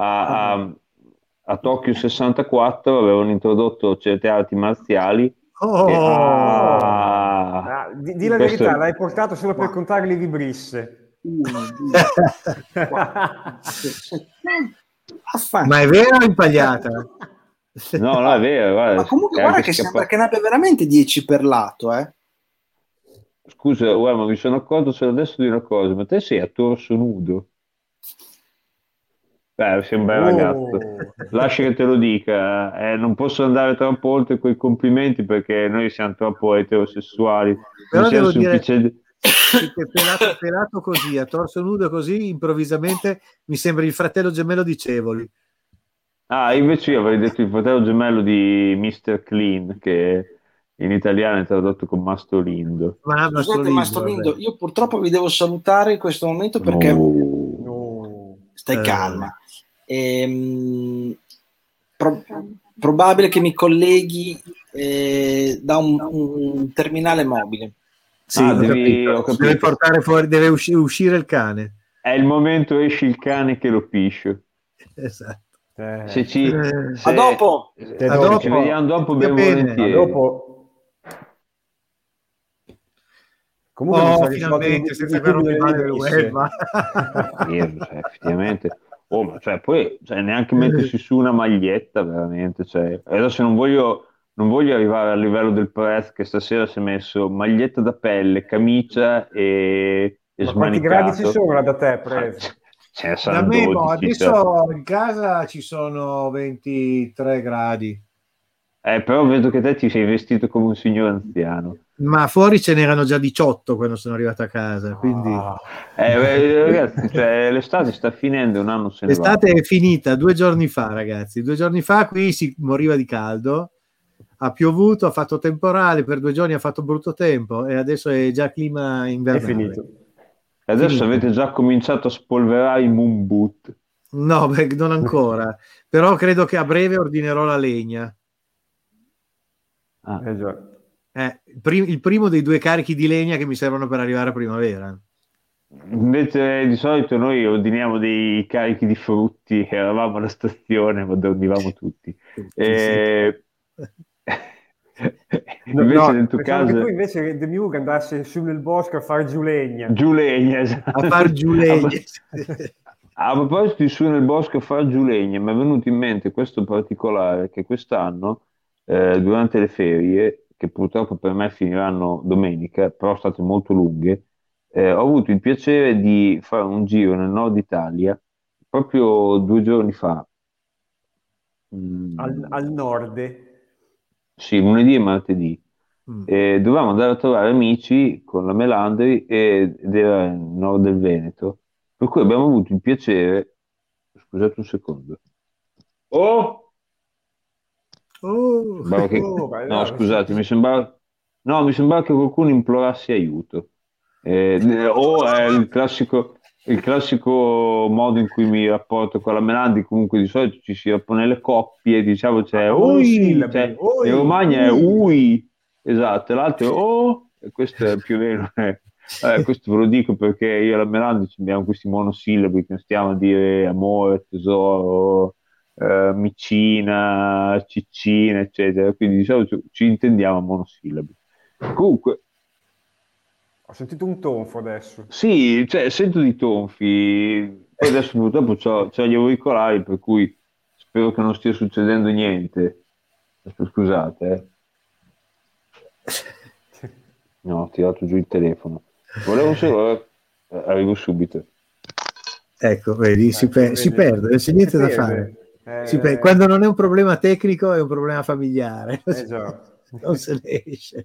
a Tokyo 64 avevano introdotto certe arti marziali che Oh! Di la questo verità, l'hai portato solo per contare le vibrisse. 1, 2, 4, 5, 6. Ma è vero o impagliata? no, è vero, Ma guarda, comunque è guarda anche che sembra scappato. che ne abbia veramente 10 per lato, Scusa, guarda, ma mi sono accorto solo adesso di una cosa, ma te sei a torso nudo? Sei un bel ragazzo. Oh. Lascia che te lo dica, non posso andare troppo oltre quei complimenti perché noi siamo troppo eterosessuali, non Però siamo devo dire sufficienti. che pelato così, a torso nudo così, improvvisamente mi sembra il fratello gemello di Cevoli. Ah, invece io avrei detto il fratello gemello di Mr. Clean, che in italiano è tradotto con Mastro Lindo. Ma Scusate, Mastro vabbè. Lindo, io purtroppo vi devo salutare in questo momento perché No. stai calma. Probabile che mi colleghi da un terminale mobile. Sì, Ah, ho capito. ho capito. Deve portare fuori, deve uscire il cane. È il momento esci il cane che lo piscio. Esatto. Se ci, A dopo! A dopo. ci vediamo dopo, Stia ben bene. volentieri. Dopo. Comunque mi sa che finalmente, senza aver rotto male del web. Effettivamente. Oh, ma cioè, poi neanche mettersi su una maglietta, veramente. Cioè, adesso non voglio arrivare al livello del Prez che stasera si è messo maglietta da pelle, camicia e Ma quanti gradi ci smanicato. sono là da te, Prez? Ce ne Da saranno me, 12. Cioè. adesso in casa ci sono 23 gradi. Però vedo che te ti sei vestito come un signore anziano. Ma fuori ce n'erano già 18 quando sono arrivato a casa, quindi Ragazzi, cioè, l'estate sta finendo, un anno se ne va. l'estate è finita 2 giorni fa, ragazzi. 2 giorni fa qui si moriva di caldo, ha piovuto, ha fatto temporale, per 2 giorni ha fatto brutto tempo e adesso è già clima È invernale. finito. E adesso Finito. avete già cominciato a spolverare i moon boot. No, non ancora, però credo che a breve ordinerò la legna. Già. Il primo dei 2 carichi di legna che mi servono per arrivare a primavera. Invece di solito noi ordiniamo dei carichi di frutti, eravamo alla stazione, ma dormivamo tutti. Invece nel tuo pensavo che caso... tu invece The Mug andasse su nel bosco a fare giù legna. Giù legna, esatto. A far giù legna. A proposito di su nel bosco a far giù legna, mi è venuto in mente questo particolare che quest'anno, durante le ferie, che purtroppo per me finiranno domenica, però state molto lunghe, ho avuto il piacere di fare un giro nel nord Italia proprio 2 giorni fa. Al nord. Sì, lunedì e martedì. Dovevamo andare a trovare amici con la Melandri ed era nel nord del Veneto, per cui abbiamo avuto il piacere. Scusate un secondo. Sembrava che- No, scusate, mi sembrava che qualcuno implorasse aiuto. O è il classico il classico modo in cui mi rapporto con la Melandi, comunque di solito ci si rappone le coppie, diciamo c'è A oi, monosillabi. cioè, in Oi, Romagna è ui. ui, esatto, e l'altro è oh, e questo è più o meno, questo ve lo dico perché io e la Melandi abbiamo questi monosillabi che stiamo a dire amore, tesoro, micina, ciccina, eccetera, quindi di solito ci intendiamo a monosillabi. Comunque, Ho sentito un tonfo adesso. sì, cioè, sento di tonfi, poi adesso purtroppo c'ho gli auricolari, per cui spero che non stia succedendo niente. Scusate, no, ho tirato giù il telefono. Volevo solo, arrivo subito. Ecco, vedi, Vedi, si perde, non c'è si niente da fare. perde. Quando non è un problema tecnico, è un problema familiare. Già. Non se ne esce.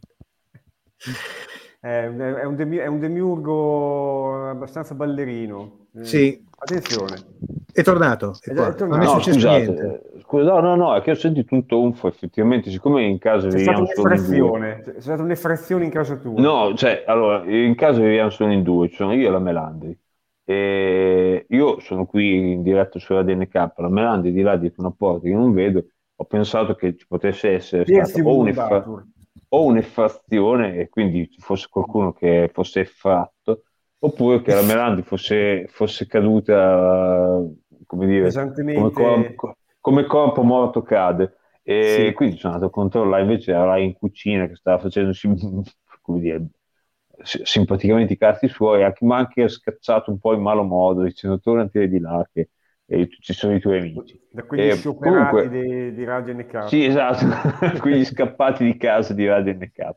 È un demiurgo abbastanza ballerino. Sì. Attenzione. È tornato, è qua. È tornato. Non è No, successo niente. scusate, no, è che ho sentito un tonfo, effettivamente, siccome in casa C'è stata viviamo solo in due. un'effrazione. C'è stata un'effrazione in casa tua. No, cioè, allora, in casa viviamo solo in due, ci sono io e la Melandri. E io sono qui in diretta su ADNK, la Melandri è di là dietro una porta che non vedo, ho pensato che ci potesse essere stata Tertium Mandatur. o un'effrazione e quindi ci fosse qualcuno che fosse effratto, oppure che la Melandri fosse caduta, come dire, Pesantemente. come corpo morto cade. E Sì. quindi sono andato a controllare, invece era là in cucina che stava facendosi, come dire, simpaticamente i cazzi suoi, ma anche ha scacciato un po' in malo modo, dicendo tornati di là che ci sono i tuoi amici. Da quegli scioperati di Radio Sì, NK. esatto, quegli scappati di casa di Radio NK.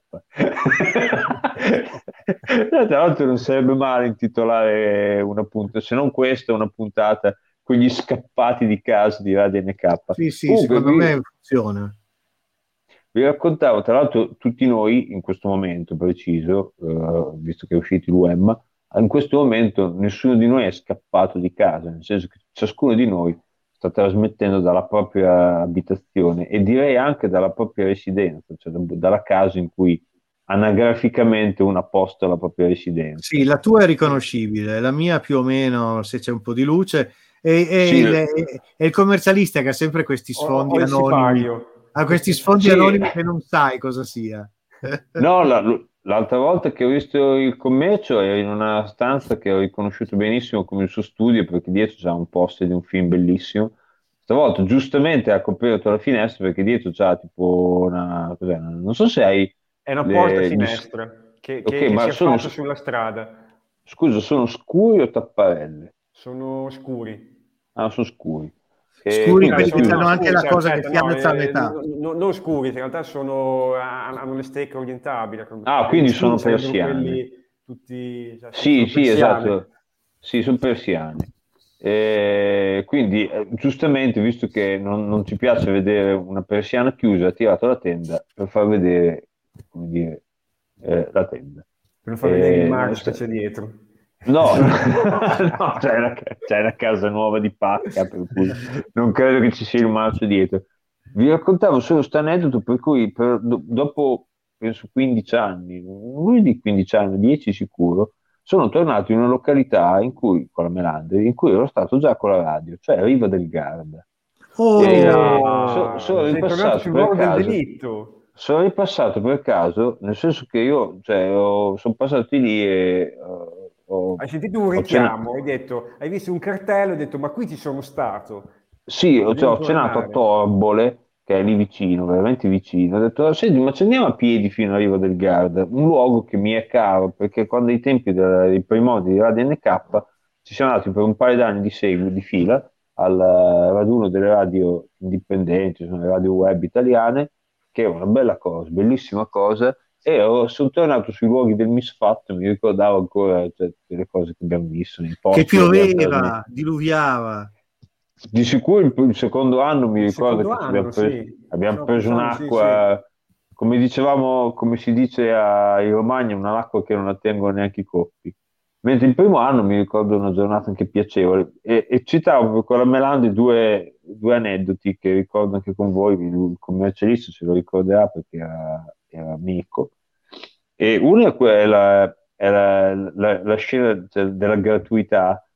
Tra l'altro non sarebbe male intitolare una puntata, se non questa, una puntata, quegli scappati di casa di Radio NK. Sì, Comunque, secondo me funziona. vi raccontavo, tra l'altro, tutti noi in questo momento preciso, visto che è uscito l'UEM, in questo momento nessuno di noi è scappato di casa, nel senso che ciascuno di noi sta trasmettendo dalla propria abitazione e direi anche dalla propria residenza, cioè dalla casa in cui anagraficamente uno ha posto la propria residenza. Sì, la tua è riconoscibile, la mia più o meno, se c'è un po' di luce, Sì, è il commercialista che ha sempre questi sfondi O il anonimi. sipario. Ha questi sfondi Sì. anonimi che non sai cosa sia. No, l'altra volta che ho visto il commercio ero in una stanza che ho riconosciuto benissimo come il suo studio perché dietro c'è un poster di un film bellissimo. Stavolta giustamente ha coperto la finestra perché dietro c'ha tipo una, cos'è? Non so se hai È una porta le, finestra che ok, ma si affaccia sulla strada. scusa, sono scuri o tapparelle? Sono scuri. Ah, sono scuri. Scuri Quindi quelli che chiuso. hanno anche la cosa che aspetta, fiamma a metà. non scuri, in realtà hanno le stecche orientabili. Ah, I quindi scuri sono sarebbero persiane. quelli tutti, cioè, Sì, sono sì, persiane. esatto. Sì, sono persiane. Quindi, giustamente, visto che non ci piace vedere una persiana chiusa, ha tirato la tenda per far vedere, come dire, la tenda. Per non far vedere il Max che c'è dietro. No, no, c'è una casa nuova di pacca, per cui non credo che ci sia il marcio dietro. Vi raccontavo solo questo aneddoto per cui dopo, penso, 15 anni, non di 15 anni, 10 sicuro, sono tornato in una località in cui, con la Melandri, in cui ero stato già con la radio, cioè Riva del Garda. Oh, Sono sei tornato ripassato sul per luogo del caso. delitto. Sono ripassato per caso, nel senso che io, cioè, sono passato lì e Hai sentito un ho cenato. richiamo, hai detto, hai visto un cartello, hai detto, ma qui ci sono stato. Sì, Devo ho cenato a tornare. Torbole, che è lì vicino, veramente vicino. Ho detto, senti, ma ci andiamo a piedi fino a Riva del Garda, un luogo che mi è caro, perché quando ai tempi dei primordi di Radio NK ci siamo andati per un paio d'anni di seguito, di fila, al raduno delle radio indipendenti, sono le radio web italiane, che è una bella cosa, bellissima cosa, e sono tornato sui luoghi del misfatto, mi ricordavo ancora cioè, tutte le cose che abbiamo visto nei posti che che abbiamo trasmesso. pioveva, diluviava. Di sicuro il secondo anno mi Il ricordo secondo che anno, abbiamo Stavo preso pensando, sì, un'acqua, come dicevamo, come si dice ai Romagna, un'acqua che non attengono neanche i coppi. Mentre il primo anno mi ricordo una giornata anche piacevole e citavo con la Melandi due aneddoti che ricordo anche con voi, il commercialista se lo ricorderà perché era amico. E una è la scena della gratuità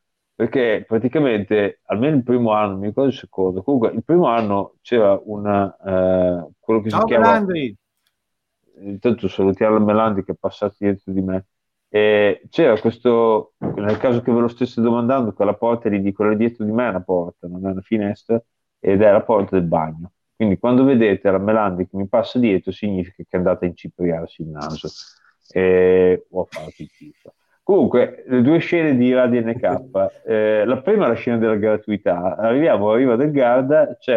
perché praticamente, almeno il primo anno, mi ricordo il secondo, comunque il primo anno c'era quello che si Ciao chiama, Melandri. intanto salutiamo la Melandi che è passato dietro di me. E c'era questo, nel caso che ve lo stesse domandando, quella porta lì di quella dietro di me è una porta, non è una finestra, ed è la porta del bagno. Quindi quando vedete la Melandi che mi passa dietro, significa che è andata a incipriarsi il naso. O a fare pipì. Comunque, le due scene di Radio NK, la prima è la scena della gratuità. Arriviamo a Riva del Garda, c'è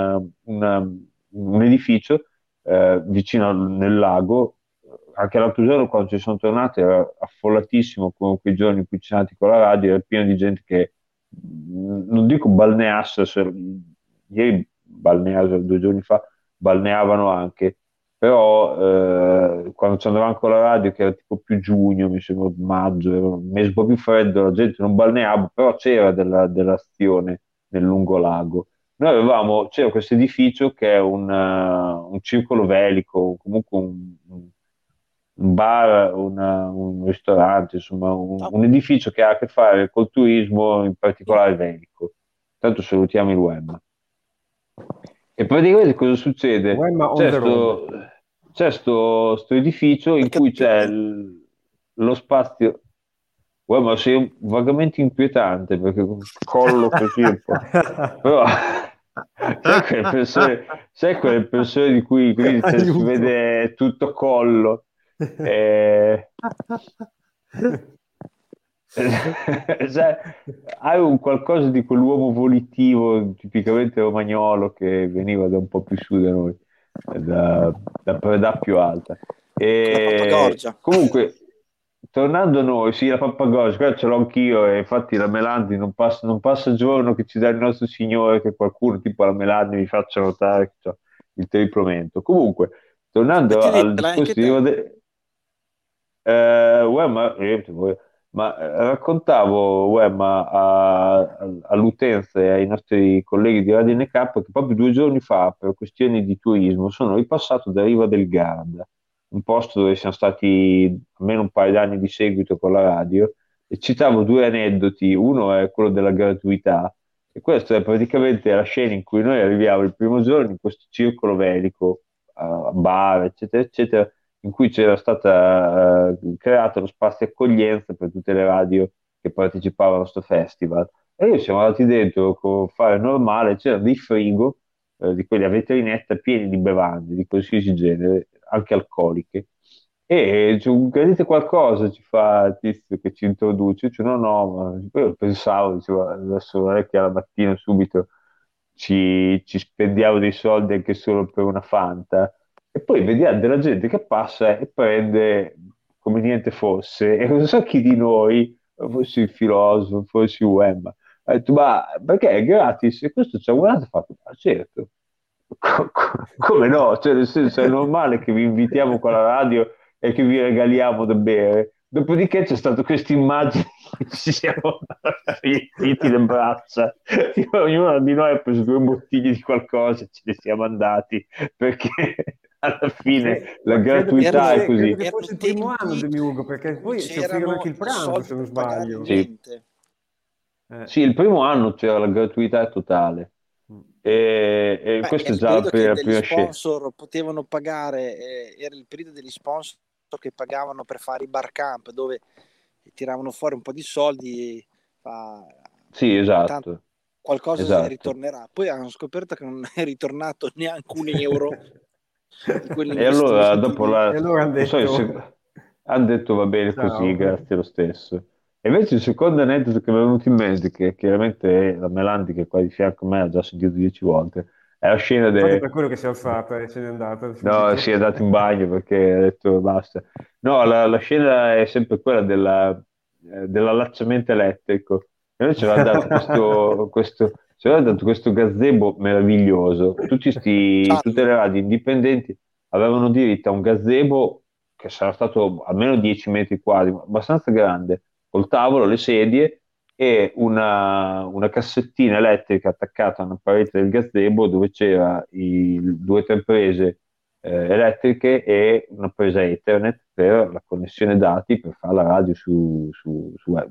un edificio vicino nel lago. Anche l'altro giorno, quando ci sono tornato, era affollatissimo come quei giorni in cui ci siamo andati con la radio, era pieno di gente che non dico balneasse, ieri balneasse 2 giorni fa, balneavano anche, però quando ci andavamo con la radio, che era tipo più giugno, mi sembra maggio, era un mese un po' più freddo, la gente non balneava, però c'era dell'azione nel lungolago. C'era questo edificio che è un circolo velico, comunque un bar, un ristorante, insomma, un edificio che ha a che fare col turismo, in particolare velico. Tanto salutiamo il web. E praticamente cosa succede? Wemma on C'è the road. sto edificio in cui c'è lo spazio. Ma sei vagamente inquietante perché collo così un po'. Però sai quelle persone di cui quindi si Aiuto. vede tutto collo. Cioè, hai un qualcosa di quell'uomo volitivo tipicamente romagnolo che veniva da un po' più su da noi, da Predà più alta. La pappagorgia. Comunque, tornando a noi, sì, la pappagorgia, qua ce l'ho anch'io, e infatti la Melandi non passa giorno che ci dà il nostro Signore che qualcuno tipo la Melandi mi faccia notare che c'ho il triplo. Comunque, tornando al discorso di raccontavo all'utenza e ai nostri colleghi di Radio NK che proprio 2 giorni fa, per questioni di turismo, sono ripassato da Riva del Garda, un posto dove siamo stati almeno un paio d'anni di seguito con la radio, e citavo 2 aneddoti. Uno è quello della gratuità, e questo è praticamente la scena in cui noi arriviamo il primo giorno in questo circolo velico, a bar, eccetera, eccetera, in cui c'era stata creato lo spazio accoglienza per tutte le radio che partecipavano a questo festival. E io siamo andati dentro con fare normale, c'erano dei frigo, di quelli a vetrinetta pieni di bevande di qualsiasi genere, anche alcoliche. E credete qualcosa, ci fa il tizio che ci introduce. Io dico, no, no, ma io pensavo, dicevo, adesso non è che alla mattina subito ci spendiamo dei soldi anche solo per una Fanta. E poi vediamo della gente che passa e prende come niente fosse, e non so chi di noi, forse il filosofo, forse il Wemba, ha detto, ma perché è gratis? E questo ci ha guardato e ha fatto, ma certo, come no? Cioè, nel senso, è normale che vi invitiamo con la radio e che vi regaliamo da bere. Dopodiché c'è stata questa immagine che ci siamo riempiti le braccia. Ognuno di noi ha preso 2 bottiglie di qualcosa e ce ne siamo andati, perché alla fine la gratuità è così. Credo che fosse il primo anno, Demiurgo, perché poi si offrivano anche il pranzo, se non sbaglio. Sì. Sì, il primo anno c'era la gratuità totale. E questo è già la prima scena. Sponsor potevano pagare, era il periodo degli sponsor che pagavano per fare i bar camp, dove tiravano fuori un po' di soldi. Sì, esatto. Qualcosa ritornerà. Poi hanno scoperto che non è ritornato neanche €1 di quelli e allora dopo hanno detto va bene ciao. Così, grazie lo stesso. E invece il secondo aneddoto che mi è venuto in mente, che chiaramente la Melandi, che è qua di fianco a me, ha già sentito 10 volte, è la scena Infatti per quello che si è alzata e se n'è andata. No, si è andato in bagno perché ha detto basta. No, la scena è sempre quella dell'allacciamento elettrico. E noi ci aveva dato questo gazebo meraviglioso. Tutte le radio indipendenti avevano diritto a un gazebo che sarà stato almeno 10 metri quadri, ma abbastanza grande, col tavolo, le sedie e una cassettina elettrica attaccata a una parete del gazebo dove c'era 2 o 3 prese elettriche e una presa Ethernet per la connessione dati per fare la radio su web.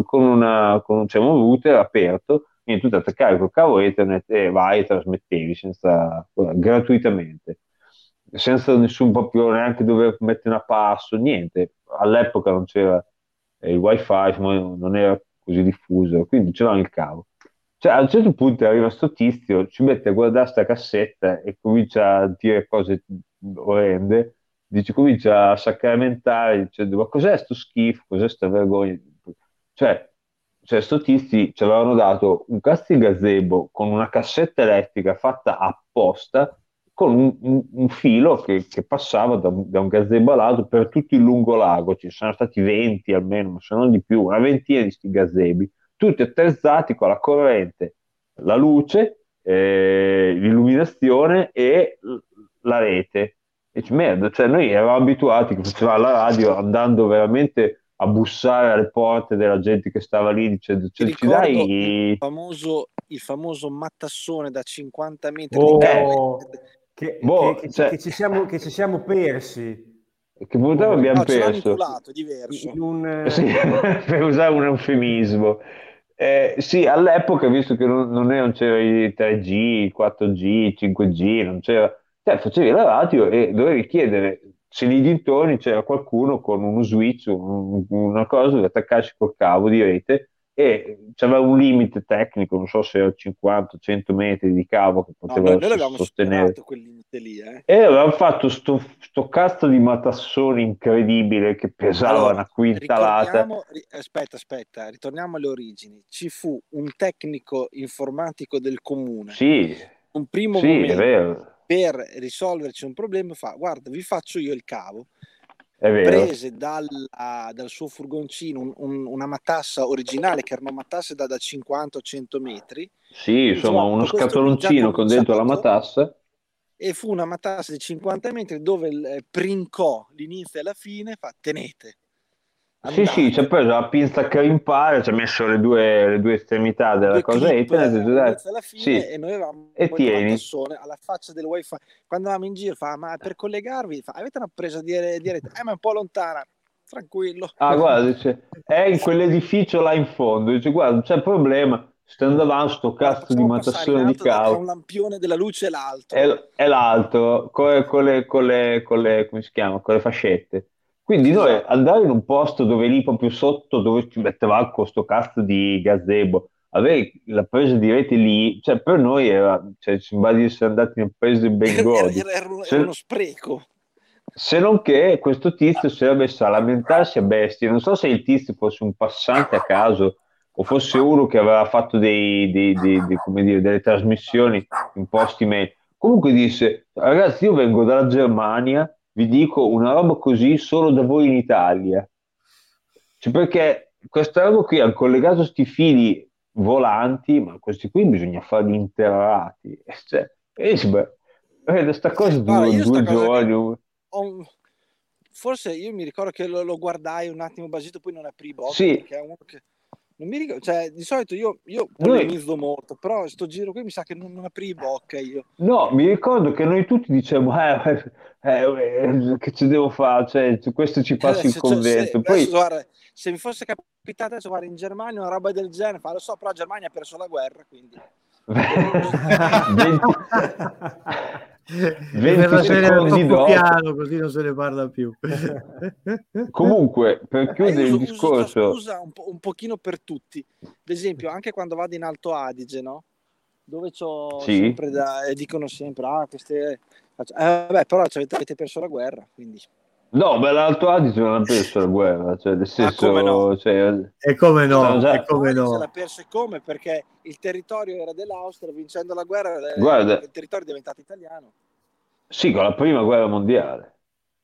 C'è un router aperto, quindi tu ti attaccavi col cavo Ethernet e vai e trasmettevi gratuitamente, senza nessun proprio neanche dover mettere una passo, niente. All'epoca non c'era il wifi, insomma, non era così diffuso, quindi c'era il cavo. Cioè, a un certo punto arriva sto tizio, ci mette a guardare sta cassetta e comincia a dire cose orrende, dice, comincia a sacramentare, dice, ma cos'è sto schifo, cos'è sta vergogna? Cioè, sto tizi ci avevano dato un cazzo di gazebo con una cassetta elettrica fatta apposta, con un filo che passava da un gazebo all'altro per tutto il lungolago. Ci sono stati 20 almeno, ma se non di più, una ventina di sti gazebi tutti attrezzati con la corrente, la luce, l'illuminazione e la rete. E dici, merda, cioè noi eravamo abituati che faceva la radio andando veramente a bussare alle porte della gente che stava lì dicendo, Ti cioè, ci ricordo dai... il famoso mattassone da 50 metri di Oh, cavo. che ci siamo persi. Che purtroppo abbiamo No, ce l'hanno perso. inculato, è diverso. Sì, per usare un eufemismo. Sì, all'epoca, visto che non c'era il 3G, il 4G, il 5G, non c'era, cioè, facevi la radio e dovevi chiedere se lì dintorni c'era qualcuno con uno switch, una cosa dove attaccarsi col cavo di rete e c'aveva un limite tecnico, non so se era 50-100 metri di cavo che No, poteva noi l'avevamo sostenere. superato quel limite lì, E avevamo fatto sto cazzo di matassone incredibile che pesava Allora, una quintalata. aspetta, ritorniamo alle origini. Ci fu un tecnico informatico del comune, Sì, un primo sì, è momento, vero, per risolverci un problema, guarda, vi faccio io il cavo. è vero. Prese dal suo furgoncino una matassa originale, che erano matasse da 50 o 100 metri. Sì, insomma, uno scatoloncino con dentro la matassa. E fu una matassa di 50 metri dove princò l'inizio e la fine, tenete. Sì, sì, ci ha preso la pinza a crimpare, ci ha messo le due estremità della cosa Ethernet, all'inizio e alla fine, sì, e noi avevamo e il tieni. matassone alla faccia del wifi. Quando andavamo in giro, ma per collegarvi, avete una presa di rete? Ma è un po' lontana, tranquillo. Ah, guarda, dice, è in quell'edificio là in fondo, dice, guarda, non c'è problema, sto andando avanti, sto cazzo di matassone di tra cavo. un lampione della luce e l'altro. È l'altro, come si chiama? Con le fascette. Quindi noi Esatto. andare in un posto dove lì proprio sotto, dove ci mettevamo con sto cazzo di gazebo, avere la presa di rete lì, cioè per noi era, cioè, sembra di essere andati in un paese ben godi. Era uno spreco. Se non che questo tizio si era messo a lamentarsi a bestia. Non so se il tizio fosse un passante a caso o fosse uno che aveva fatto come dire, delle trasmissioni in posti meglio. Comunque disse, ragazzi, io vengo dalla Germania, vi dico una roba così solo da voi in Italia. Cioè, perché questa roba qui ha collegato sti fili volanti, ma questi qui bisogna farli interrati. Cioè, e dice, sta cosa Guarda, dura io sta due cosa giorni. Forse io mi ricordo che lo guardai un attimo basito, poi non aprì bocca, Sì. perché è uno che non mi ricordo, cioè di solito io polemizzo molto, però sto giro qui mi sa che non aprì bocca io. No, mi ricordo che noi tutti dicevamo che ci devo fare, cioè, questo ci passa il convento. Poi adesso, guarda, se mi fosse capitato adesso, guarda, in Germania una roba del genere, lo so, però la Germania ha perso la guerra, quindi 20 secondi dopo. Piano, così non se ne parla più. Comunque, per chiudere il discorso, uso scusa un pochino per tutti. Ad esempio, anche quando vado in Alto Adige, no? Dove c'ho sempre dicono sempre, queste... però avete perso la guerra, quindi... No, beh, l'Alto Adige non ha perso la guerra, cioè, nel senso... come no? Cioè, e come no? Se l'ha perso come? Perché il territorio era dell'Austria, vincendo la guerra, guarda, il territorio è diventato italiano. Sì, con la prima guerra mondiale.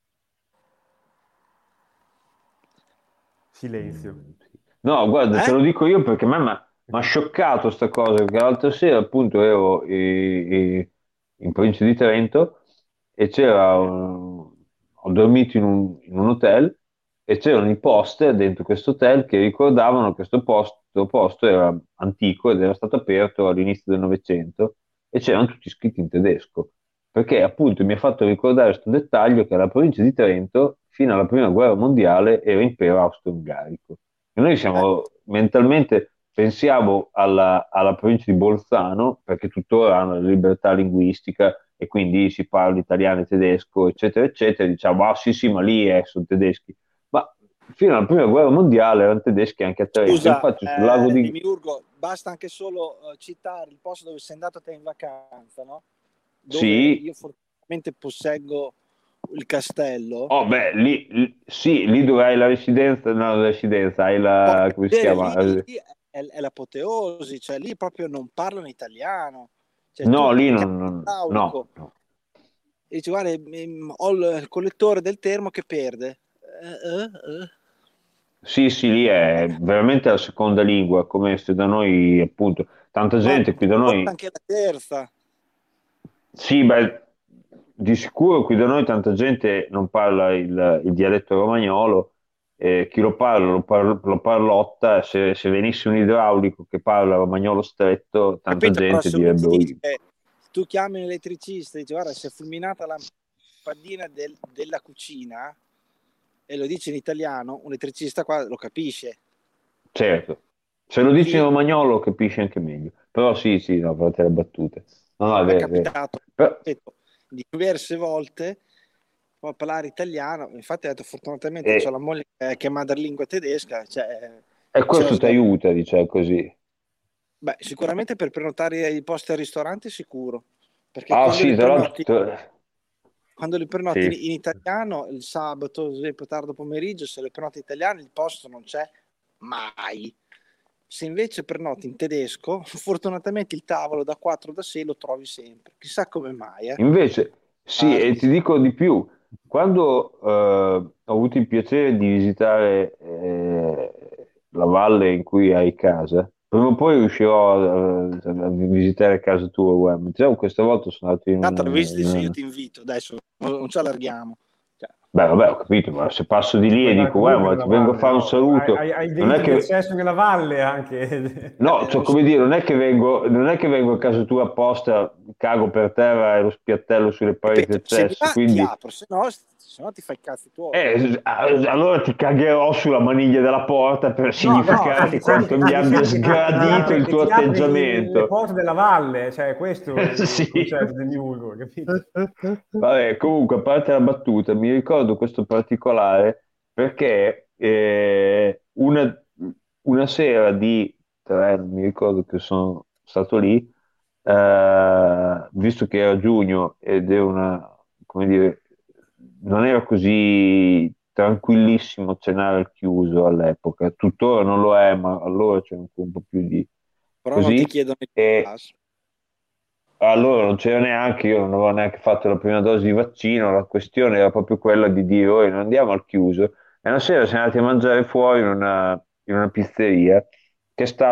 Silenzio. No, guarda, te lo dico io perché a me mi ha scioccato sta cosa, perché l'altra sera appunto ero in provincia di Trento e ho dormito in un hotel e c'erano i poster dentro questo hotel che ricordavano che questo posto era antico ed era stato aperto all'inizio del Novecento e c'erano tutti scritti in tedesco. perché appunto mi ha fatto ricordare questo dettaglio che la provincia di Trento, fino alla prima guerra mondiale, era impero austro-ungarico. E noi siamo mentalmente pensiamo alla provincia di Bolzano, perché tuttora hanno la libertà linguistica e quindi si parla italiano e tedesco, eccetera, eccetera, e diciamo, ah sì, sì, ma lì sono tedeschi. Ma fino alla prima guerra mondiale erano tedeschi anche a Trento. Scusa, Infatti sul lago di... Demiurgo, basta anche solo citare il posto dove sei andato te in vacanza, no? Dove Sì, io fortunatamente posseggo il castello. oh beh, sì, lì dove hai la residenza, no, la residenza, hai la, Porca come si miseria, chiama? lì è l'apoteosi, cioè lì proprio non parlano italiano. Cioè No, tu lì chiami no, l'idraulico no. e dici guarda, ho il collettore del termo che perde. Sì, sì, lì è veramente la seconda lingua, come se da noi, appunto, tanta Ma gente qui da forse noi, anche la terza. sì, beh, di sicuro qui da noi tanta gente non parla il dialetto romagnolo, chi lo parla lo parlotta, se venisse un idraulico che parla romagnolo stretto, tanta Capito? Però gente se lui direbbe, ti "Ui". dice, tu chiami un elettricista e dici guarda, si è fulminata la lampadina della cucina e lo dice in italiano, un elettricista qua lo capisce. Certo, se lo dici in Lì romagnolo capisci anche meglio, però sì, sì, no, fate le battute. No, no, a è me è vero, è vero. capitato Però- ripeto, diverse volte poi parlare italiano, infatti ho detto fortunatamente ho e, la moglie che è madrelingua tedesca, cioè, e ce la questo ti sgamo. aiuta, diciamo così. Beh, sicuramente per prenotare i posti al ristorante sicuro, perché Ah sì, tra l'altro, quando li prenoti sì. in italiano il sabato, ad esempio tardo pomeriggio, se li prenoti in italiano il posto non c'è mai. Se invece prenoti in tedesco, fortunatamente il tavolo da 4 da 6 lo trovi sempre. Chissà come mai, Invece, sì, e ti dico di più, quando ho avuto il piacere di visitare la valle in cui hai casa, prima o poi riuscirò a visitare casa tua, guarda. Diciamo, questa volta sono andato Tanto la visiti se io ti invito, adesso non ci allarghiamo. Cioè, Beh, vabbè, ho capito, ma se passo di Ci lì puoi e andare dico, guarda, comunque ma nella ti vengo a valle, fare un no? Hai, saluto, hai il non è diritto di che... accesso nella valle anche. No, cioè, non so, come dire, non è che vengo a casa tua apposta, cago per terra e lo spiattello sulle pareti ripeto, del se mi cesso, va ti quindi apro, se no ti fai i cazzi tuoi. allora ti cagherò sulla maniglia della porta per No, no, significare quanto mi sto abbia dicendo sgradito il che tuo ti apri le atteggiamento. porte della valle, cioè questo è il Sì. concetto del Miurgo, capito? Vabbè, comunque, a parte la battuta, mi ricordo questo particolare perché una sera di tre, non mi ricordo che sono stato lì, visto che era giugno ed è come dire, non era così tranquillissimo cenare al chiuso all'epoca, tuttora non lo è, ma allora c'era un po' più di Però non ti così. chiedono il E pass. allora non c'era neanche, io non avevo neanche fatto la prima dose di vaccino, la questione era proprio quella di dire, "Oh, non andiamo al chiuso." E una sera siamo andati a mangiare fuori in una pizzeria che sta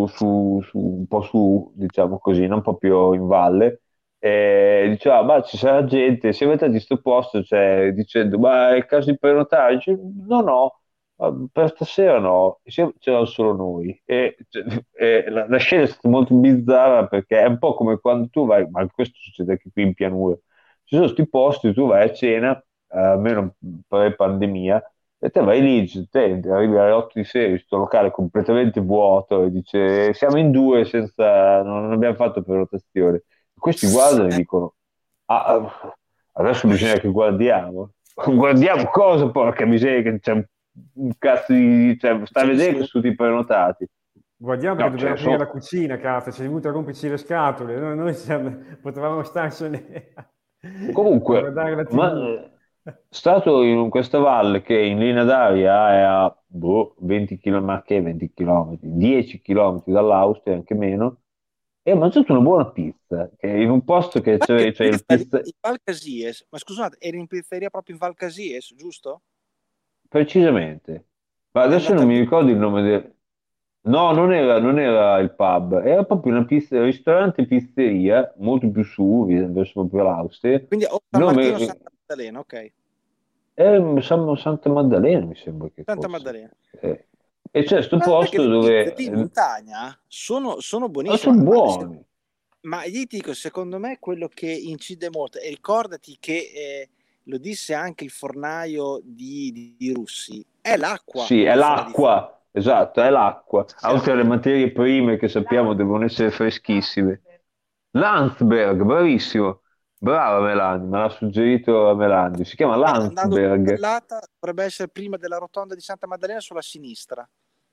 un po' su, diciamo così, non proprio in valle, e diceva, ma ci sarà gente, siamo andati a questo posto, cioè, dicendo, ma è il caso di prenotare? Dice, no, no. Per stasera no, c'erano solo noi e la scena è stata molto bizzarra perché è un po' come quando tu vai, ma questo succede anche qui in pianura, ci sono questi posti, tu vai a cena, almeno pre-pandemia, e te vai lì, te arrivi alle 8 di sera, in questo locale completamente vuoto e dice siamo in due senza, non abbiamo fatto prenotazione. Questi guardano e dicono, ah, adesso bisogna che guardiamo. Guardiamo cosa, porca miseria, che c'è un cazzo di... Cioè, sta a Sì, vedere che sì. sono tutti prenotati. Guardiamo perché No, dobbiamo aprire la cucina, cazzo, ci è venuto a romperci le scatole, potevamo starcene a comunque, guardare la ma, TV. stato in questa valle che in linea d'aria è a 20 km, ma che 20 km, 10 km dall'Austria, anche meno, e ho mangiato una buona pizza, che in un posto che c'è il Pizza pizza... in Val Casies, ma scusate, eri in pizzeria proprio in Val Casies, giusto? Precisamente. Ma È adesso andata non mi bene. ricordo il nome del... No, non era il pub, era proprio una pizza, ristorante pizzeria, molto più su, verso proprio l'Austria. Il Quindi San Martino, nome Santa Maddalena, ok. è Santa Maddalena, mi sembra che Santa fosse. Maddalena. E c'è questo Guarda che posto le pizze dove di montagna sono buonissime, sono ma buoni. Ma io ti dico, secondo me quello che incide molto, e ricordati che lo disse anche il fornaio di Russi, è l'acqua Sì, è che fa la differenza. l'acqua, esatto, è l'acqua. Oltre alle materie prime che sappiamo devono essere freschissime. Landsberg, bravissimo. Brava Melandi, me l'ha suggerito Melandi. Si chiama Andando su Landsberg. Carlata dovrebbe essere prima della rotonda di Santa Maddalena sulla sinistra.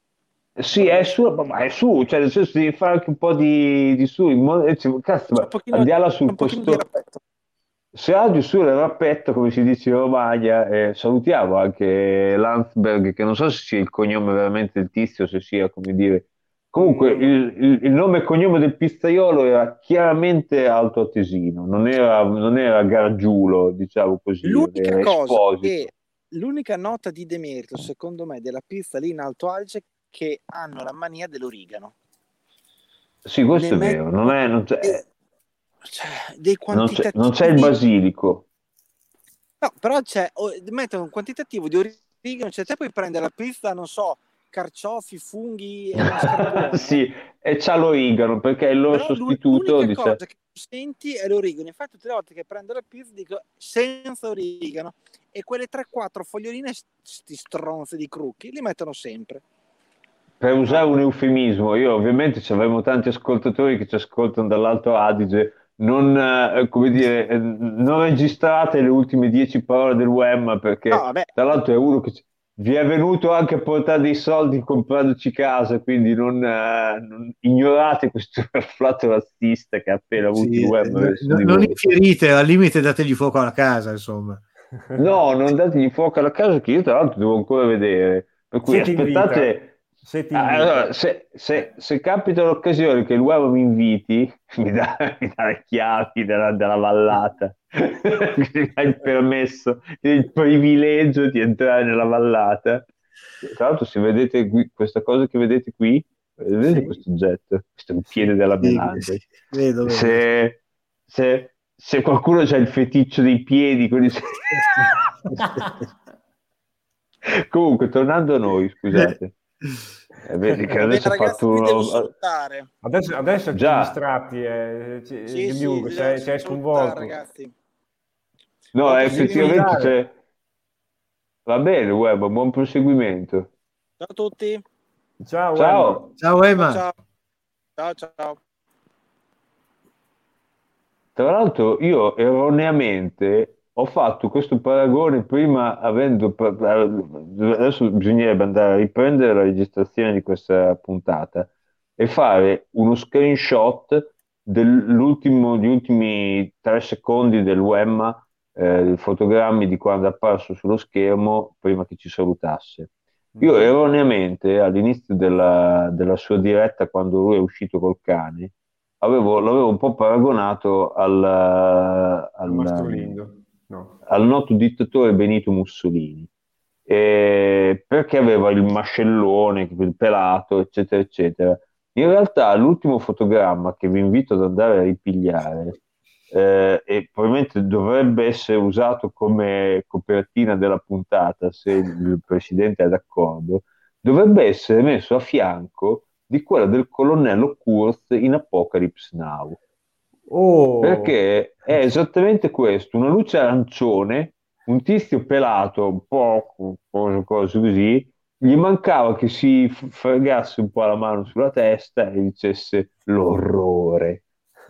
Sì, Dovrebbe è essere. su, ma è su, cioè nel senso devi fare anche un po' di su. Cazzo, C'è ma andiamo c'è sul un pochino di posto. raffetto. Se oggi su il rappetto, come si dice in Romagna, salutiamo anche Landsberg, che non so se sia il cognome veramente del tizio, se sia, come dire. Comunque, Non lo- il nome e cognome del pizzaiolo era chiaramente altoatesino, non era Gargiulo, diciamo così, L'unica era cosa Esposito. che, l'unica nota di demerito, secondo me, della pizza lì in Alto Adige è che hanno la mania dell'origano. Sì, Ne questo è vero, mettono dei, cioè, dei non c'è il quantitativi. basilico. No, però mettono un quantitativo di origano, cioè te puoi prendere la pizza, non so, carciofi, funghi e mascarpone, Sì, e c'ha l'origano perché è il loro però sostituto, l'unica dice. cosa che tu senti è l'origano. Infatti tutte le volte che prendo la pizza dico senza origano, e quelle 3-4 foglioline, sti stronzi di crucchi, li mettono sempre. Per usare un eufemismo, io ovviamente ci avremo tanti ascoltatori che ci ascoltano dall'Alto Adige, non, come dire, non registrate le ultime 10 parole del Wemma No, perché vabbè, tra l'altro è uno che vi è venuto anche a portare dei soldi comprandoci casa, quindi non ignorate questo afflato razzista che ha appena avuto il Sì, Wemma verso di non voi. infierite, al limite dategli fuoco alla casa, insomma. No, non dategli fuoco alla casa che io tra l'altro devo ancora vedere. Per cui Se ti invita, aspettate. se ti Allora, invita. se capita l'occasione che il uomo mi inviti, mi dà le chiavi della vallata, mi dà il permesso, il privilegio di entrare nella vallata. Tra l'altro, se vedete questa cosa che vedete qui, vedete Sì, questo oggetto? Questo è un piede sì. della Sì, melante. sì, vedo. Se qualcuno ha il feticcio dei piedi, comunque, tornando a noi, scusate. Vedi che va bene adesso ho ragazzi, fatto vi devo uno. salutare. Adesso ti Già, distratti, Sì, sì, Demiurgo, vi devo sei salutare sconvolto. ragazzi. no, Buon Ci devi effettivamente proseguimento. salutare. va bene, Web, buon proseguimento. Ciao a tutti. Ciao, Emma. Ciao. Ciao Ciao Emma. ciao. Ciao ciao. Tra l'altro io erroneamente ho fatto questo paragone prima adesso bisognerebbe andare a riprendere la registrazione di questa puntata e fare uno screenshot degli ultimi 3 secondi del Wemma, fotogrammi di quando è apparso sullo schermo prima che ci salutasse. Io Mhm. erroneamente all'inizio della sua diretta, quando lui è uscito col cane, l'avevo un po' paragonato Al Mastro Lindo. No. al noto dittatore Benito Mussolini, perché aveva il mascellone, il pelato, eccetera, eccetera. In realtà l'ultimo fotogramma che vi invito ad andare a ripigliare, e probabilmente dovrebbe essere usato come copertina della puntata, se il presidente è d'accordo, dovrebbe essere messo a fianco di quella del colonnello Kurz in Apocalypse Now. Oh, Perché è esattamente questo, una luce arancione, un tizio pelato, un po' cose così, gli mancava che si fregasse un po' la mano sulla testa e dicesse l'orrore.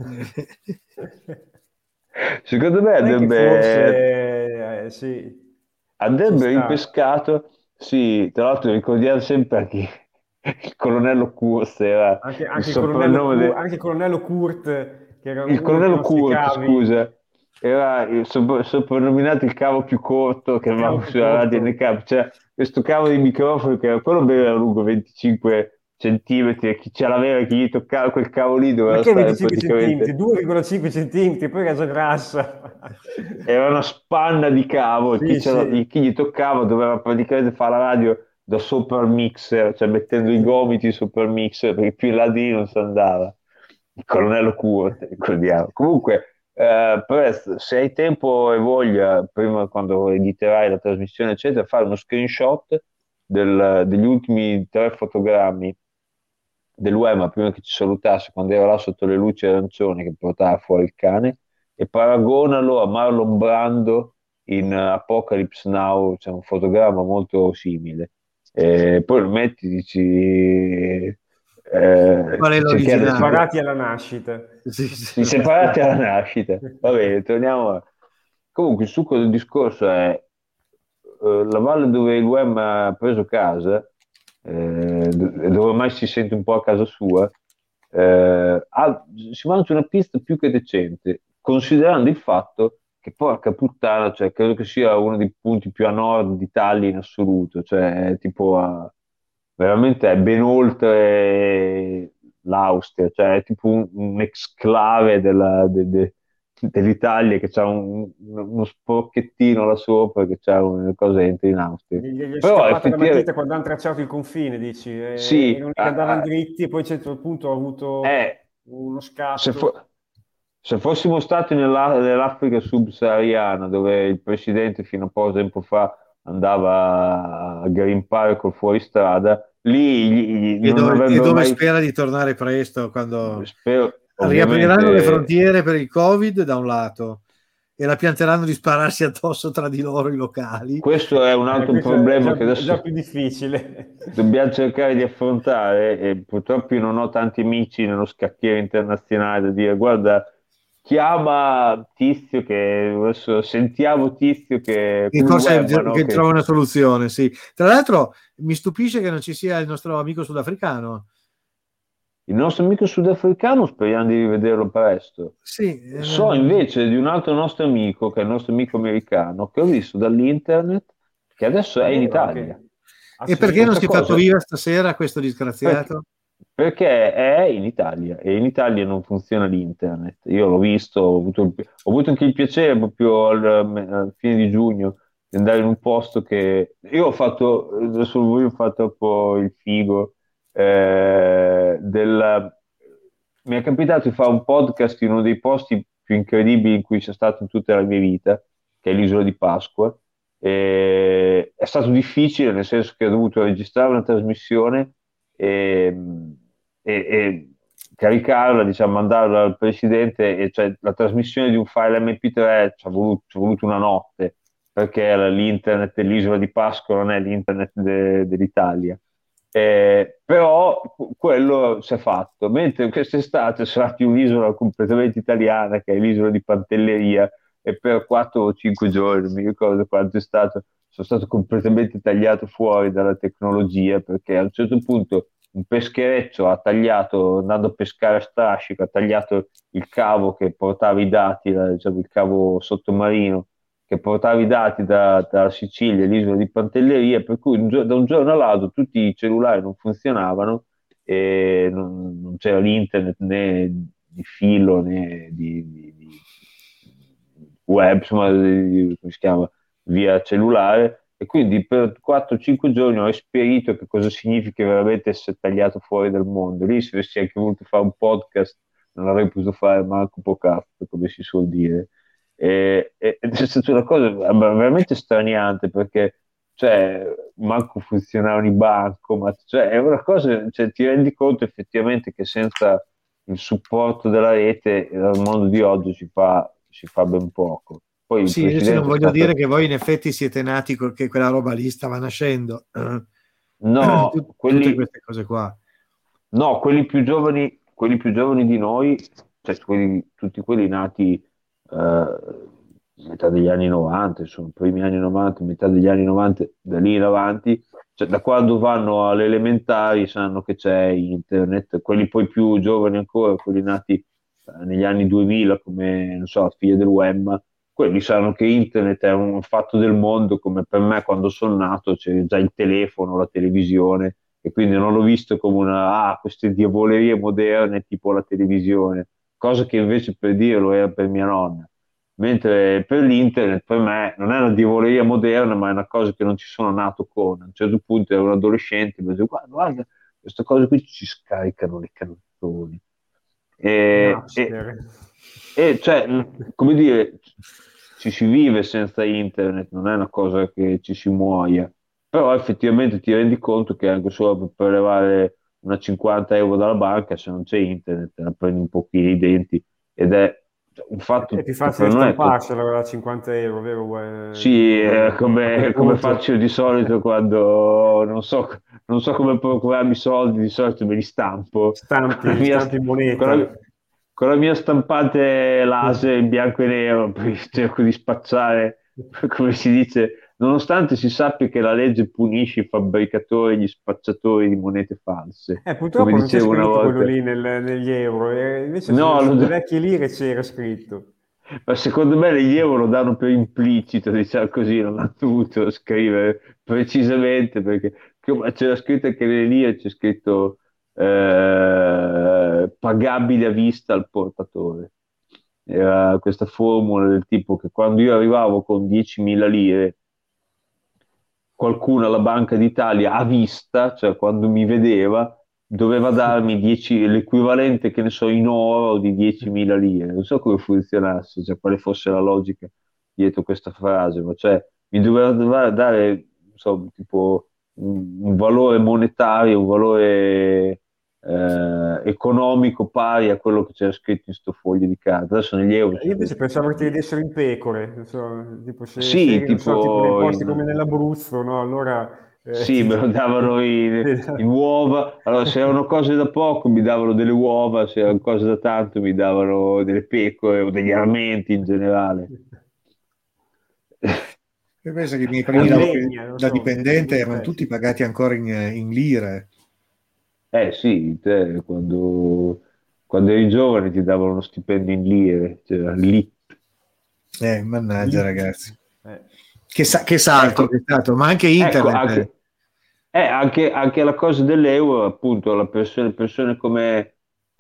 Secondo me sai che andrebbe, forse, sì, ci andrebbe sta. ripescato, sì, tra l'altro ricordiamo sempre che il colonnello Kurz era il soprannome Anche il colonnello Kurt, che era il uno dei colonnello nostri Kurt, cavi, scusa, era soprannominato il cavo più corto che il cavo avevamo più sulla radio nei corto. cavi. C'era questo cavo di microfono che era quello era lungo 25 centimetri e chi ce l'aveva, chi gli toccava quel cavo lì Ma doveva che stare 25 centimetri? praticamente. 2,5 centimetri, poi era già grassa. Era una spanna di cavo e Sì, sì. chi gli toccava doveva praticamente fare la radio da sopra il mixer, cioè mettendo i gomiti sopra il mixer perché più in là di lì non si andava. Il colonnello Kurt, ricordiamo. Comunque, Prest, se hai tempo e voglia, prima quando editerai la trasmissione, eccetera, fare uno screenshot degli ultimi 3 fotogrammi dell'UEMA, prima che ci salutasse, quando era là sotto le luci arancioni che portava fuori il cane, e paragonalo a Marlon Brando in Apocalypse Now, c'è un fotogramma molto simile. Poi lo metti, dici, Qual è cerchiamo di l'originale? Separati alla nascita. Sì, si separati alla nascita. Va bene, torniamo Comunque il succo del discorso è la valle dove l'UEM ha preso casa, dove ormai si sente un po' a casa sua, si mangia una pista più che decente, considerando il fatto che porca puttana, cioè, credo che sia uno dei punti più a nord d'Italia in assoluto, cioè è tipo veramente è ben oltre l'Austria, cioè è tipo un exclave dell'Italia che c'ha uno sporchettino là sopra che c'ha una cosa che entra in Austria. Gli è Però scappata la matita effettivamente quando hanno tracciato il confine, dici, e sì, non è che andavano dritti, e poi a un certo punto ha avuto uno se, scatto. fo- se fossimo stati nell'Africa subsahariana, dove il presidente fino a poco tempo fa andava a grimpare col fuoristrada, lì non E avrebbero dove mai, spera di tornare presto quando spero, riapriranno le ovviamente, frontiere per il Covid da un lato e la pianteranno di spararsi addosso tra di loro i locali. questo è un altro Questo è problema già, che è già adesso più difficile. dobbiamo cercare di affrontare e purtroppo io non ho tanti amici nello scacchiere internazionale da dire guarda, chiama Tizio che adesso sentiamo Tizio che E come il forse web, no? che trova una soluzione, sì. Tra l'altro mi stupisce che non ci sia il nostro amico sudafricano. Il nostro amico sudafricano speriamo di rivederlo presto. Sì, So invece di un altro nostro amico, che è il nostro amico americano, che ho visto dall'internet, che adesso è in Vero? Italia. Ah, e sì? perché non Questa si è fatto cosa viva stasera questo perché, disgraziato? perché è in Italia e in Italia non funziona l'internet. Io l'ho visto, ho avuto anche il piacere proprio al fine di giugno di andare in un posto che io ho fatto, adesso voi ho fatto un po' il figo, mi è capitato di fare un podcast in uno dei posti più incredibili in cui sono stato in tutta la mia vita, che è l'isola di Pasqua. È stato difficile, nel senso che ho dovuto registrare una trasmissione e, e caricarla, diciamo, mandarla al presidente, e cioè la trasmissione di un file MP3 ci è voluto una notte, perché l'internet dell'isola di Pasqua non è l'internet dell'Italia. Però quello si è fatto, mentre quest'estate sono andati in un'isola completamente italiana, che è l'isola di Pantelleria, e per 4 o 5 giorni, non mi ricordo quanto è stato, sono stato completamente tagliato fuori dalla tecnologia, perché a un certo punto un peschereccio ha tagliato, andando a pescare a strascico, ha tagliato il cavo che portava i dati, diciamo, il cavo sottomarino che portava i dati da Sicilia all'isola di Pantelleria, per cui da un giorno all'altro tutti i cellulari non funzionavano e non c'era l'internet né di filo né di web, insomma, come si chiama, via cellulare. E quindi per 4-5 giorni ho esperito che cosa significa veramente essere tagliato fuori dal mondo. Lì, se avessi anche voluto fare un podcast, non avrei potuto fare manco podcast, come si suol dire. Ed è stata una cosa veramente straniante perché cioè, manco funzionavano i bancomat, cioè, è una cosa, cioè, ti rendi conto effettivamente che senza il supporto della rete al mondo di oggi si fa ben poco. Poi il Sì, adesso non presidente è voglio dire stato... che voi in effetti siete nati che quella roba lì stava nascendo. No, Tutte queste cose qua. no, quelli più giovani di noi, cioè tutti quelli nati metà degli anni 90, insomma, primi anni 90, metà degli anni 90, da lì in avanti, cioè da quando vanno alle elementari sanno che c'è internet, quelli poi più giovani ancora, quelli nati negli anni 2000, come, non so, figlie del web, quelli sanno che internet è un fatto del mondo, come per me quando sono nato c'è già il telefono, la televisione, e quindi non l'ho visto come queste diavolerie moderne tipo la televisione, cosa che invece per dirlo era per mia nonna. Mentre per l'internet per me non è una diavoleria moderna, ma è una cosa che non ci sono nato con. A un certo punto ero un adolescente e mi dicevo, guarda, queste cose qui ci scaricano le canzoni. E, e- Napster. e, cioè, come dire, ci si vive senza internet, non è una cosa che ci si muoia, però effettivamente ti rendi conto che anche solo per prelevare una 50 euro dalla banca, se non c'è internet, te la prendi un pochino i denti, ed è un fatto È più che facile per noi è stamparsela da 50 euro, vero? sì, A quel come punto faccio di solito quando non so come procurarmi i soldi, di solito me li stampo con la mia, stampi con moneta. la- con la mia stampante laser in bianco e nero, poi cerco di spacciare, come si dice, nonostante si sappia che la legge punisce i fabbricatori, gli spacciatori di monete false, come Purtroppo non c'è dicevo una scritto quello volta. lì negli euro, invece No, sulle vecchie lire c'era scritto. ma secondo me gli euro lo danno per implicito, diciamo così, non ha dovuto scrivere precisamente perché c'era scritto che nelle lire c'è scritto pagabile a vista al portatore. Era questa formula del tipo che quando io arrivavo con 10.000 lire, qualcuno alla Banca d'Italia a vista, cioè quando mi vedeva, doveva darmi 10 l'equivalente, che ne so, in oro di 10.000 lire. Non so come funzionasse, cioè quale fosse la logica dietro questa frase, ma cioè doveva dare, non so, tipo un valore monetario, un valore economico pari a quello che c'era scritto in sto foglio di carta. Adesso negli euro c'è Io invece scritto pensavo che ti 10.000. vedessero in pecore, non so, tipo se Sì, sei, non so, tipo nei tipo posti come in... nell'Abruzzo, no? Allora Sì, me lo davano in uova. Allora, se erano cose da poco mi davano delle uova, se erano cose da tanto mi davano delle pecore o degli armenti in generale. Io penso che i miei o primi di lavori legna, non da so, dipendente erano buttare. tutti pagati ancora in lire. Sì, te, quando eri giovane ti davano uno stipendio in lire, c'era lì. Mannaggia Lì. ragazzi. Eh. Che salto che è Ecco, stato, ma anche ecco, internet. anche la cosa dell'euro, appunto, persone come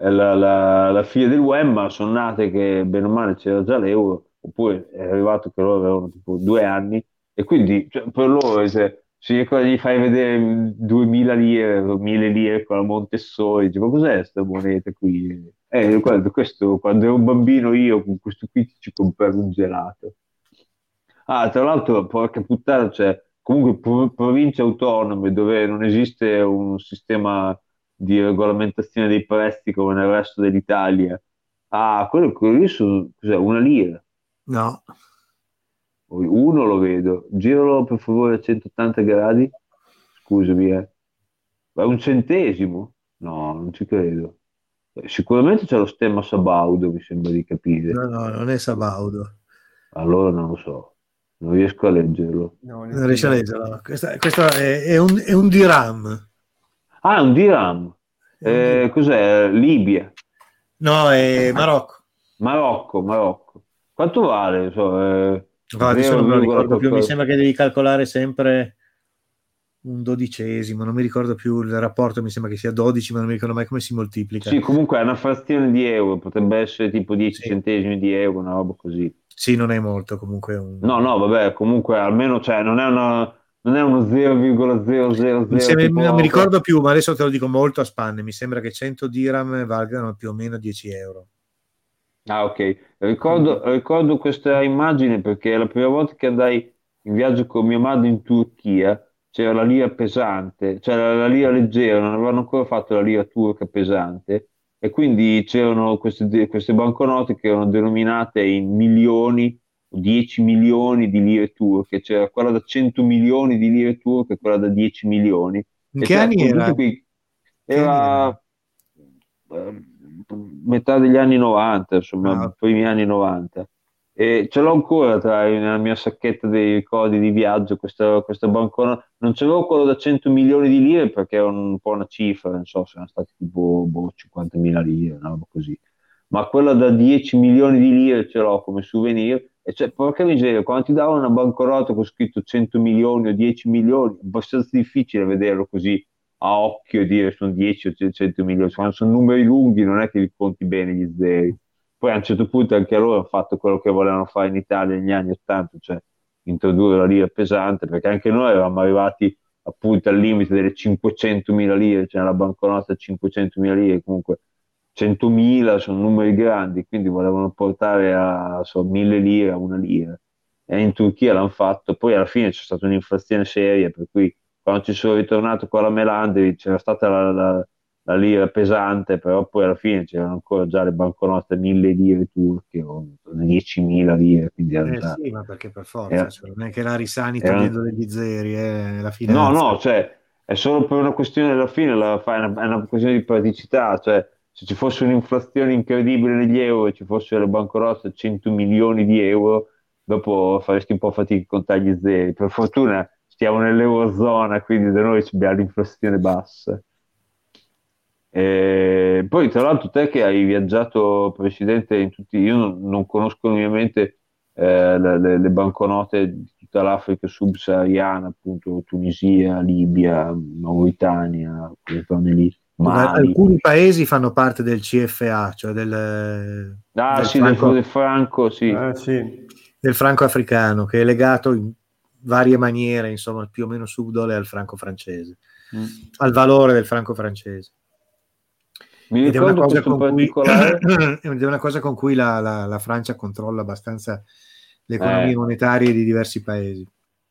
la figlia del Wemma sono nate che bene o male c'era già l'euro, oppure è arrivato che loro avevano tipo 2 anni, e quindi cioè, per loro se si ricorda di fai vedere 2000 lire, 1000 lire con la Montessori, dice, ma cos'è questa moneta qui? Guarda, questo, quando ero un bambino io con questo qui ci compravo un gelato. Ah, tra l'altro, porca puttana, cioè, comunque province autonome dove non esiste un sistema di regolamentazione dei prezzi come nel resto dell'Italia. Ah, quello lì cos'è? Una lira. No, Uno lo vedo. Giralo per favore a 180 gradi. Scusami, eh. Ma è un centesimo? No, non ci credo. Sicuramente c'è lo stemma Sabaudo, mi sembra di capire. no, non è Sabaudo. Allora non lo so, non riesco a leggerlo. No, Non neanche riesci a io. leggerlo. Questo è un dirham. Ah, è un dirham. È un dirham. Cos'è? Libia, No, è Marocco. Marocco, Marocco. Quanto vale? So, No, adesso 0, non me lo ricordo più. Mi qualcosa. sembra che devi calcolare sempre un dodicesimo. Non mi ricordo più il rapporto. Mi sembra che sia 12, ma non mi ricordo mai come si moltiplica. Sì, comunque è una frazione di euro, potrebbe essere tipo 10 Sì, centesimi di euro, una roba così. sì, non è molto. Comunque, No, no, vabbè, comunque almeno, cioè, non è uno mi 0,000 sembra, non mi tipo... ricordo più, ma adesso te lo dico molto a spanne. Mi sembra che 100 dirham valgano più o meno 10 euro. Ah, ok. Ricordo questa immagine perché la prima volta che andai in viaggio con mia madre in Turchia c'era la lira pesante, cioè la lira leggera, non avevano ancora fatto la lira turca pesante, e quindi c'erano queste banconote che erano denominate in milioni, 10 milioni di lire turche, c'era quella da 100 milioni di lire turche e quella da 10 milioni, In e che cioè anni con tutti era? quei... Che anni era? Era eh, metà degli anni 90, insomma, Ah, primi anni 90. E ce l'ho ancora nella mia sacchetta dei ricordi di viaggio, questa bancona. Non c'avevo quello da 100 milioni di lire perché è un po' una cifra, non so, sono stati tipo 50.000 lire, una roba così. Ma quella da 10 milioni di lire ce l'ho come souvenir. E cioè, porca miseria, quando ti davano una banconota con scritto 100 milioni o 10 milioni, è abbastanza difficile vederlo così a occhio e dire sono 10 o 100 milioni. Quando sono numeri lunghi non è che li conti bene gli zeri. Poi a un certo punto anche loro hanno fatto quello che volevano fare in Italia negli anni 80, cioè introdurre la lira pesante, perché anche noi eravamo arrivati appunto al limite delle 500.000 lire, cioè la banconota 500.000 lire, comunque 100.000 sono numeri grandi, quindi volevano portare a 1.000 lire a una lira. E in Turchia l'hanno fatto, poi alla fine c'è stata un'inflazione seria, per cui quando ci sono ritornato con la Melandri c'era stata la lira pesante, però poi alla fine c'erano ancora già le banconote 1000 lire turche o 10.000 lire, quindi Sì, ma perché per forza, era- cioè, non è che la risani era- togliendo degli zeri, è la no, finanza. no, cioè è solo per una questione alla fine, è una questione di praticità, cioè se ci fosse un'inflazione incredibile negli euro e ci fossero le banconote a 100 milioni di euro, dopo faresti un po' fatica a contare gli zeri. Per fortuna stiamo nell'eurozona, quindi da noi abbiamo l'inflazione bassa. E poi, tra l'altro, te che hai viaggiato, Presidente, in tutti, io non conosco ovviamente le banconote di tutta l'Africa subsahariana, appunto Tunisia, Libia, Mauritania, quelle zone lì, Mali. Alcuni paesi fanno parte del CFA, cioè del Sì, del franco, sì. Sì. del franco africano, che è legato in varie maniere, insomma, più o meno subdole al franco francese, al valore del franco francese. Mi Ed è una ricordo cosa questo con cui, particolare. ed è una cosa con cui la Francia controlla abbastanza le economie monetarie di diversi paesi.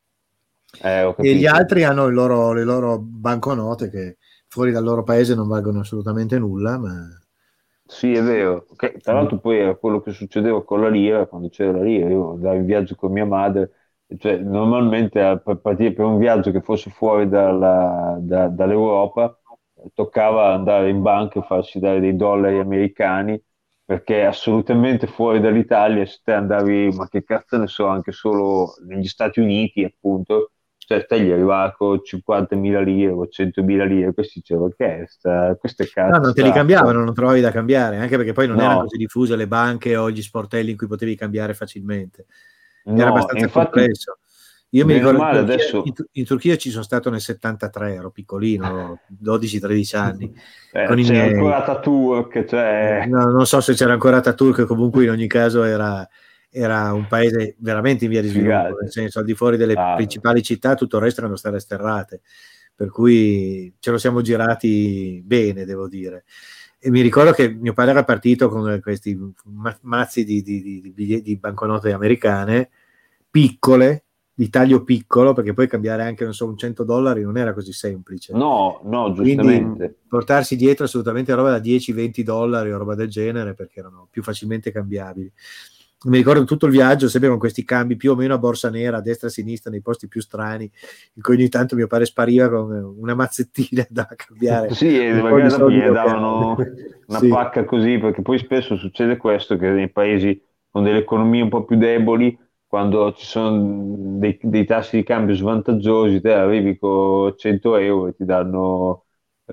Ho E gli capito. altri hanno le loro banconote che fuori dal loro paese non valgono assolutamente nulla, ma Sì, è vero. Tra l'altro poi era quello che succedeva con la lira, quando c'era la lira, io andavo in viaggio con mia madre, cioè normalmente per partire per un viaggio che fosse fuori dall'Europa, toccava andare in banca e farsi dare dei dollari americani, perché assolutamente fuori dall'Italia, se te andavi, ma che cazzo ne so, anche solo negli Stati Uniti, appunto, cioè te gli arrivava con 50.000 lire o 100.000 lire, questi dicevano che queste no, non te li cazzo. cambiavano, non trovavi da cambiare, anche perché poi non erano No, così diffuse le banche o gli sportelli in cui potevi cambiare facilmente. Era no, abbastanza infatti, complesso. Io mi bene o ricordo male adesso, in Turchia ci sono stato nel 73, ero piccolino, 12-13 anni, con i c'era miei. ancora Ataturk, cioè, No, non so se c'era ancora Ataturk, comunque in ogni caso era un paese veramente in via di sviluppo, nel figate. senso al di fuori delle principali città tutto il resto erano state sterrate, per cui ce lo siamo girati bene, devo dire. E mi ricordo che mio padre era partito con questi mazzi di banconote americane, piccole, di taglio piccolo, perché poi cambiare anche, non so, un $100 non era così semplice. No, Quindi giustamente. portarsi dietro assolutamente roba da $10-20 o roba del genere, perché erano più facilmente cambiabili. Mi ricordo tutto il viaggio sempre con questi cambi più o meno a borsa nera, a destra e a sinistra, nei posti più strani, in cui ogni tanto mio padre spariva con una mazzettina da cambiare. Sì, e un po' di magari dopo soldi gli locali. davano una Sì. pacca così, perché poi spesso succede questo, che nei paesi con delle economie un po' più deboli, quando ci sono dei tassi di cambio svantaggiosi, te arrivi con 100 euro e ti danno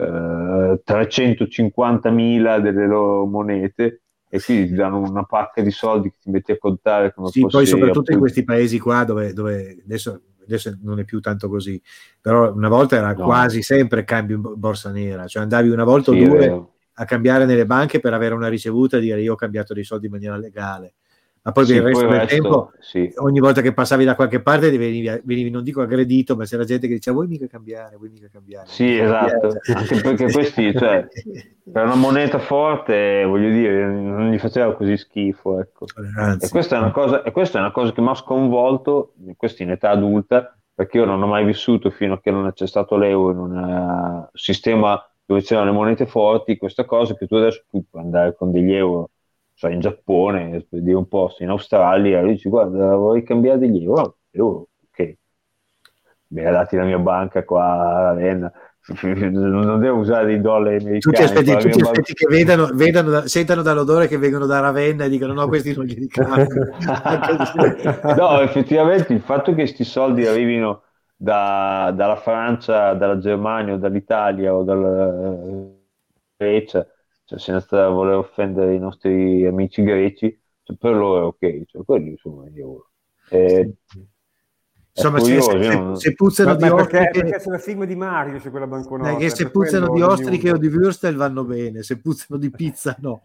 350.000 delle loro monete e quindi ti danno una pacca di soldi che ti metti a contare come Sì, poi fosse soprattutto in appunto. questi paesi qua dove adesso non è più tanto così, però una volta era quasi sempre cambio in borsa nera, cioè andavi una volta o due a cambiare nelle banche per avere una ricevuta e dire io ho cambiato dei soldi in maniera legale, ma poi per il resto del tempo ogni volta che passavi da qualche parte venivi non dico aggredito, ma c'era gente che diceva vuoi mica cambiare. Sì, esatto, anche perché questi, cioè, per una moneta forte, voglio dire, non gli faceva così schifo, ecco. Anzi, e questa è una cosa che mi ha sconvolto, questo in età adulta, perché io non ho mai vissuto fino a che non c'è stato l'euro in un sistema dove c'erano le monete forti, questa cosa che tu adesso puoi andare con degli euro, cioè in Giappone, per dire un posto, in Australia, e dici guarda, vorrei cambiare degli euro, ok, mi ha dati la mia banca qua a Ravenna, non devo usare dei dollari americani. Tutti aspetti che sentano dall'odore che vengono da Ravenna e dicono no, questi non glieli cambio. No, effettivamente il fatto che questi soldi arrivino dalla Francia, dalla Germania o dall'Italia o dalla Grecia, cioè, senza voler offendere i nostri amici greci, cioè, per loro è ok, cioè, quelli sono gli euro. Insomma, curioso, se puzzano di ostriche, perché c'è la firma di Mario su quella banconota. Se puzzano di ostriche o di würstel vanno bene, se puzzano di pizza no.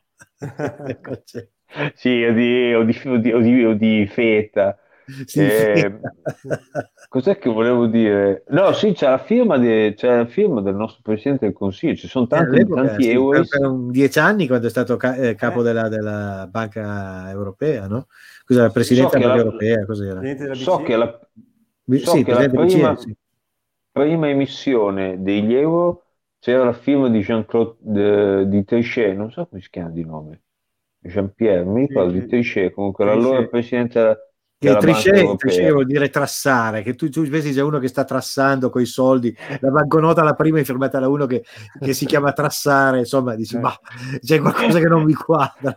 Sì, o di feta. Sì, Cos'è che volevo dire? No, sì, c'è la firma del nostro Presidente del Consiglio, ci sono tanti euro. Per 10 anni quando è stato capo della Banca Europea, no? Cos'era la Presidenza della Banca Europea? Cos'era? So che la prima emissione degli euro c'era la firma di Jean-Claude di Trichet, non so come si chiama di nome, Jean-Pierre, mi ricordo di Trichet, comunque l'allora Trichet. presidente Che della Banca Trichet Europea. vuol dire trassare, che tu vedi c'è uno che sta trassando coi soldi, la banconota la prima è firmata da uno che si chiama trassare, insomma dici, ma c'è qualcosa che non mi quadra.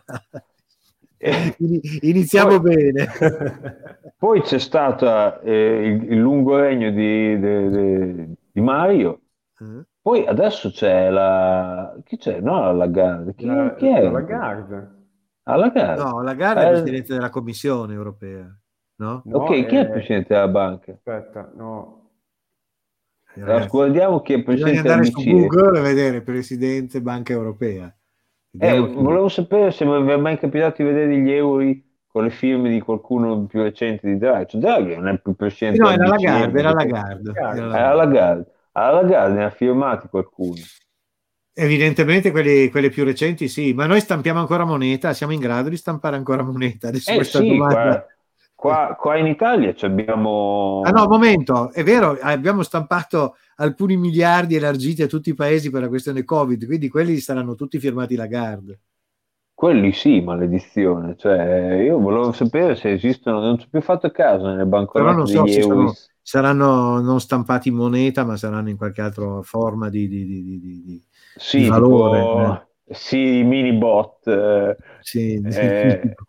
Iniziamo Poi- bene. Poi c'è stato il lungo regno di Mario, poi adesso c'è chi c'è? No, la Lagarde, chi La è? Lagarde. Ah, Lagarde. No, Lagarde è il Eh, presidente della Commissione europea, no? No, ok, chi è il presidente della banca? aspetta, no. Allora, Ragazzi, guardiamo chi è il Bisogna presidente della andare su BCE. Google e vedere Presidente Banca Europea. Vediamo chi. Volevo sapere se mi è mai capitato di vedere gli euro con le firme di qualcuno più recente di Draghi. Cioè, Draghi non è più presidente No, della era BCE, Lagarde, ma era dopo... Lagarde. Era Alla Lagarde. Lagarde. Alla Lagarde ne ha firmati qualcuno. Evidentemente quelle più recenti sì, ma noi stampiamo ancora moneta, siamo in grado di stampare ancora moneta? Adesso questa Sì, domanda. qua in Italia Ah no, abbiamo... momento, è vero, abbiamo stampato alcuni miliardi elargiti a tutti i paesi per la questione Covid, quindi quelli saranno tutti firmati Lagarde. Quelli sì, maledizione. Cioè, io volevo sapere se esistono, non ci ho più fatto caso nelle Però banconote non so, degli Euris. saranno non stampati in moneta, ma saranno in qualche altra forma di Sì, valore. tipo, sì, i mini bot. Sì, Eh,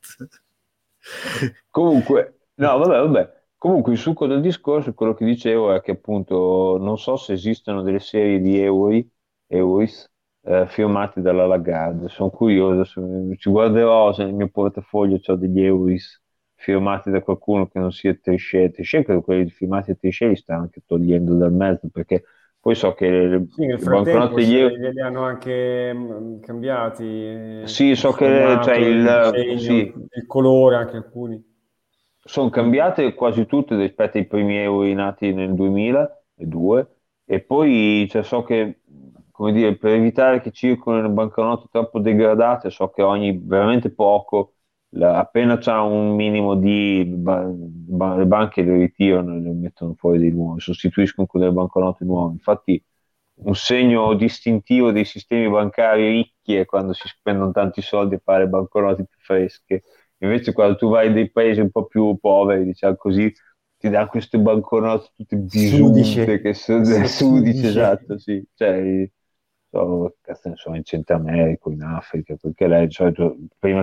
Comunque, no, vabbè. Comunque il succo del discorso, quello che dicevo è che appunto non so se esistono delle serie di Euris firmati dalla Lagarde. Sono curioso, ci guarderò se nel mio portafoglio ho degli Euris firmati da qualcuno che non sia Trichet. Trichet, credo che quelli firmati da Trichet li sta anche togliendo dal mezzo, perché poi so che Sì, nel le frattempo banconote degli euro... li hanno anche cambiati Sì, il so che cioè, formato, il disegno, sì, il colore anche alcuni. sono cambiate quasi tutte rispetto ai primi euro nati nel 2002 e poi cioè, so che, come dire, per evitare che circolino banconote troppo degradate, so che ogni veramente poco, appena c'è un minimo di le banche le ritirano e le mettono fuori di nuovo, sostituiscono con delle banconote nuove. Infatti un segno distintivo dei sistemi bancari ricchi è quando si spendono tanti soldi a fare banconote più fresche. Invece quando tu vai in dei paesi un po' più poveri, diciamo così, ti dà queste banconote tutte bisunte Sudice, che sono del sudice, esatto, sì. Cioè, cazzo ne so, in Centro America, in Africa, perché lei di solito,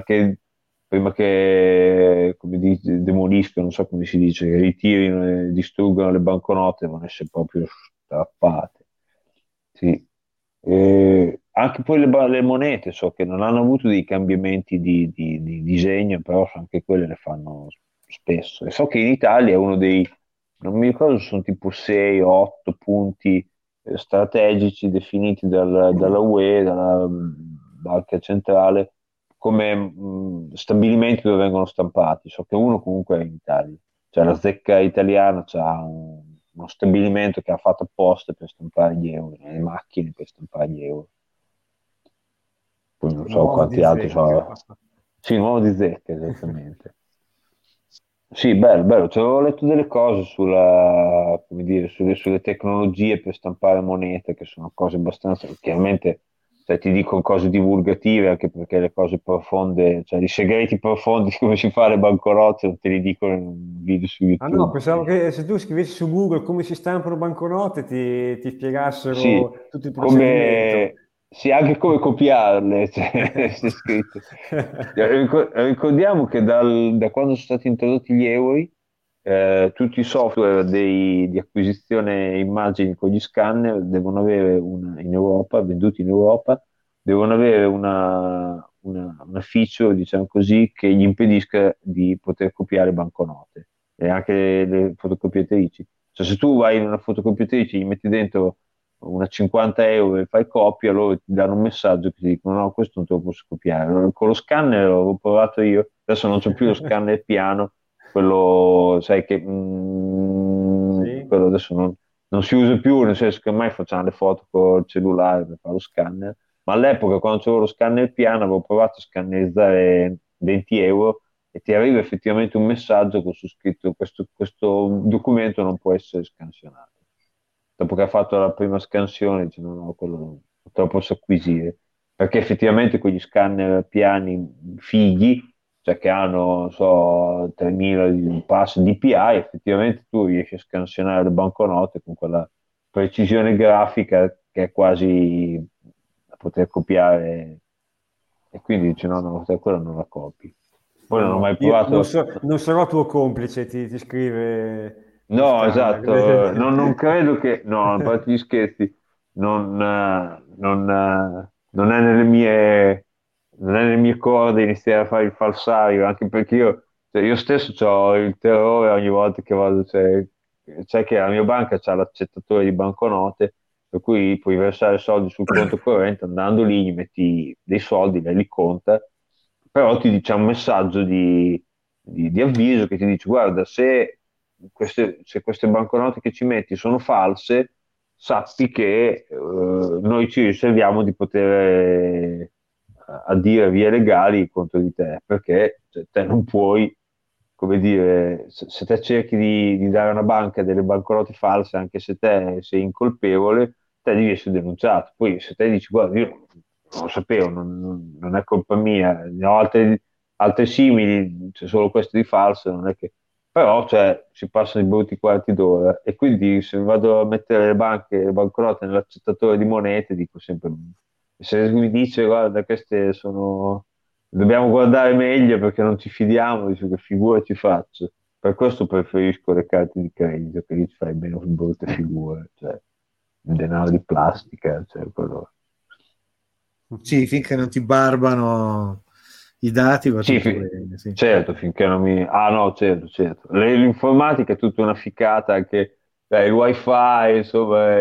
prima che come demoliscono, non so come si dice, che ritirino e distruggano le banconote, devono essere proprio strappate. Sì. Anche poi le monete so che non hanno avuto dei cambiamenti di disegno, però anche quelle le fanno spesso. E so che in Italia è uno dei, non mi ricordo se sono tipo 6 o 8 punti strategici definiti dalla UE, dalla Banca Centrale, come stabilimenti dove vengono stampati. So che uno comunque è in Italia. Cioè la zecca italiana ha uno stabilimento che ha fatto apposta per stampare gli euro, le macchine per stampare gli euro. Poi non Un so uovo quanti di altri zecca. sono. Sì, nuovo di zecca, esattamente. Sì, bello, bello. Ci avevo letto delle cose come dire, sulle tecnologie per stampare monete, che sono cose abbastanza, chiaramente, cioè, ti dico cose divulgative, anche perché le cose profonde, cioè i segreti profondi di come si fa le banconote, non te li dicono in un video su Ah no, YouTube. pensavo che se tu scrivessi su Google come si stampano banconote ti Sì, spiegassero tutto il procedimento. come, sì, anche come copiarle, cioè, c'è scritto. Ricordiamo che da quando sono stati introdotti gli euro, tutti i software di acquisizione immagini con gli scanner devono avere in Europa, venduti in Europa, devono avere una feature, diciamo così, che gli impedisca di poter copiare banconote e anche le fotocopiatrici. Cioè, se tu vai in una fotocopiatrice, gli metti dentro una 50 euro e fai copia, loro ti danno un messaggio che ti dicono no, questo non te lo posso copiare. Allora, con lo scanner l'ho provato io, adesso non c'ho più lo scanner piano, quello, sai che Sì? quello adesso non si usa più, nel senso che ormai facciamo le foto col cellulare per fare lo scanner, ma all'epoca quando c'avevo lo scanner piano avevo provato a scannerizzare 20 euro e ti arriva effettivamente un messaggio con su scritto questo documento non può essere scansionato. dopo che ha fatto la prima scansione, dice no, no, quello purtroppo posso acquisire, perché effettivamente quegli scanner piani fighi, cioè che hanno, non so, 3000 di pass DPI, effettivamente tu riesci a scansionare le banconote con quella precisione grafica che è quasi da poter copiare, e quindi dice no, no, quello non la copi. Poi non ho No, mai io non, provato. non sarò tuo complice, ti scrive lo No, scanner. esatto, non credo che, no, a parte gli scherzi, non è nelle mie corde iniziare a fare il falsario, anche perché io stesso ho il terrore ogni volta che vado, cioè che la mia banca c'ha l'accettatore di banconote, per cui puoi versare soldi sul conto corrente, andando lì, gli metti dei soldi, lei li conta, però ti dice un messaggio di avviso che ti dice guarda, se queste banconote che ci metti sono false, sappi che noi ci riserviamo di poter addire vie legali contro di te, perché cioè, te non puoi, come dire, se te cerchi di dare a una banca delle banconote false, anche se te sei incolpevole, te devi essere denunciato. Poi se te dici guarda, io non lo sapevo, non è colpa mia, ne ho altre simili, c'è solo queste di false, non è che. Però, cioè, si passano i brutti quarti d'ora e quindi se vado a mettere le banconote nell'accettatore di monete, dico sempre, se mi dice, guarda, queste sono. Dobbiamo guardare meglio perché non ci fidiamo, dice che figure ci faccio. Per questo preferisco le carte di credito, che lì ci fai meno brutte figure, cioè, il denaro di plastica, cioè, quello. Sì, finché non ti barbano i dati va Sì, tutto bene. Sì. certo, finché non mi. Ah no, certo, certo. L'informatica è tutta una ficata, anche il wifi, insomma,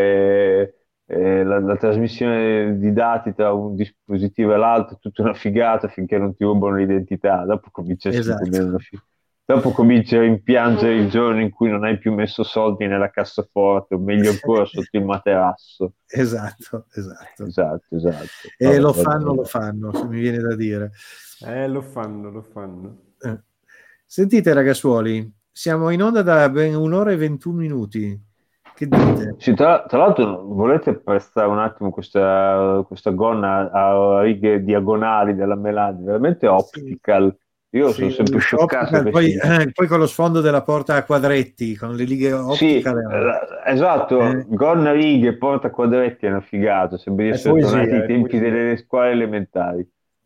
la trasmissione di dati tra un dispositivo e l'altro è tutta una figata finché non ti rubano l'identità. Dopo comincia a essere più o meno Esatto, una figata. Dopo cominci a rimpiangere il giorno in cui non hai più messo soldi nella cassaforte, o meglio ancora sotto il materasso. esatto, esatto. Esatto, esatto. E Vabbè, lo vabbè, vabbè. fanno, se mi viene da dire. Lo fanno, lo fanno. Sentite ragazzuoli, siamo in onda da ben 1 ora e 21 minuti. Che dite? Sì, tra l'altro volete prestare un attimo questa gonna a righe diagonali della Melania, veramente Sì, optical. Io sono sì, sempre scioccato da optical, poi, questi. poi con lo sfondo della porta a quadretti, con le righe Sì, optical. esatto, Eh, gonna righe, porta quadretti è una figata, sembra di È essere tornati poesia, ai è tempi poesia. delle scuole elementari.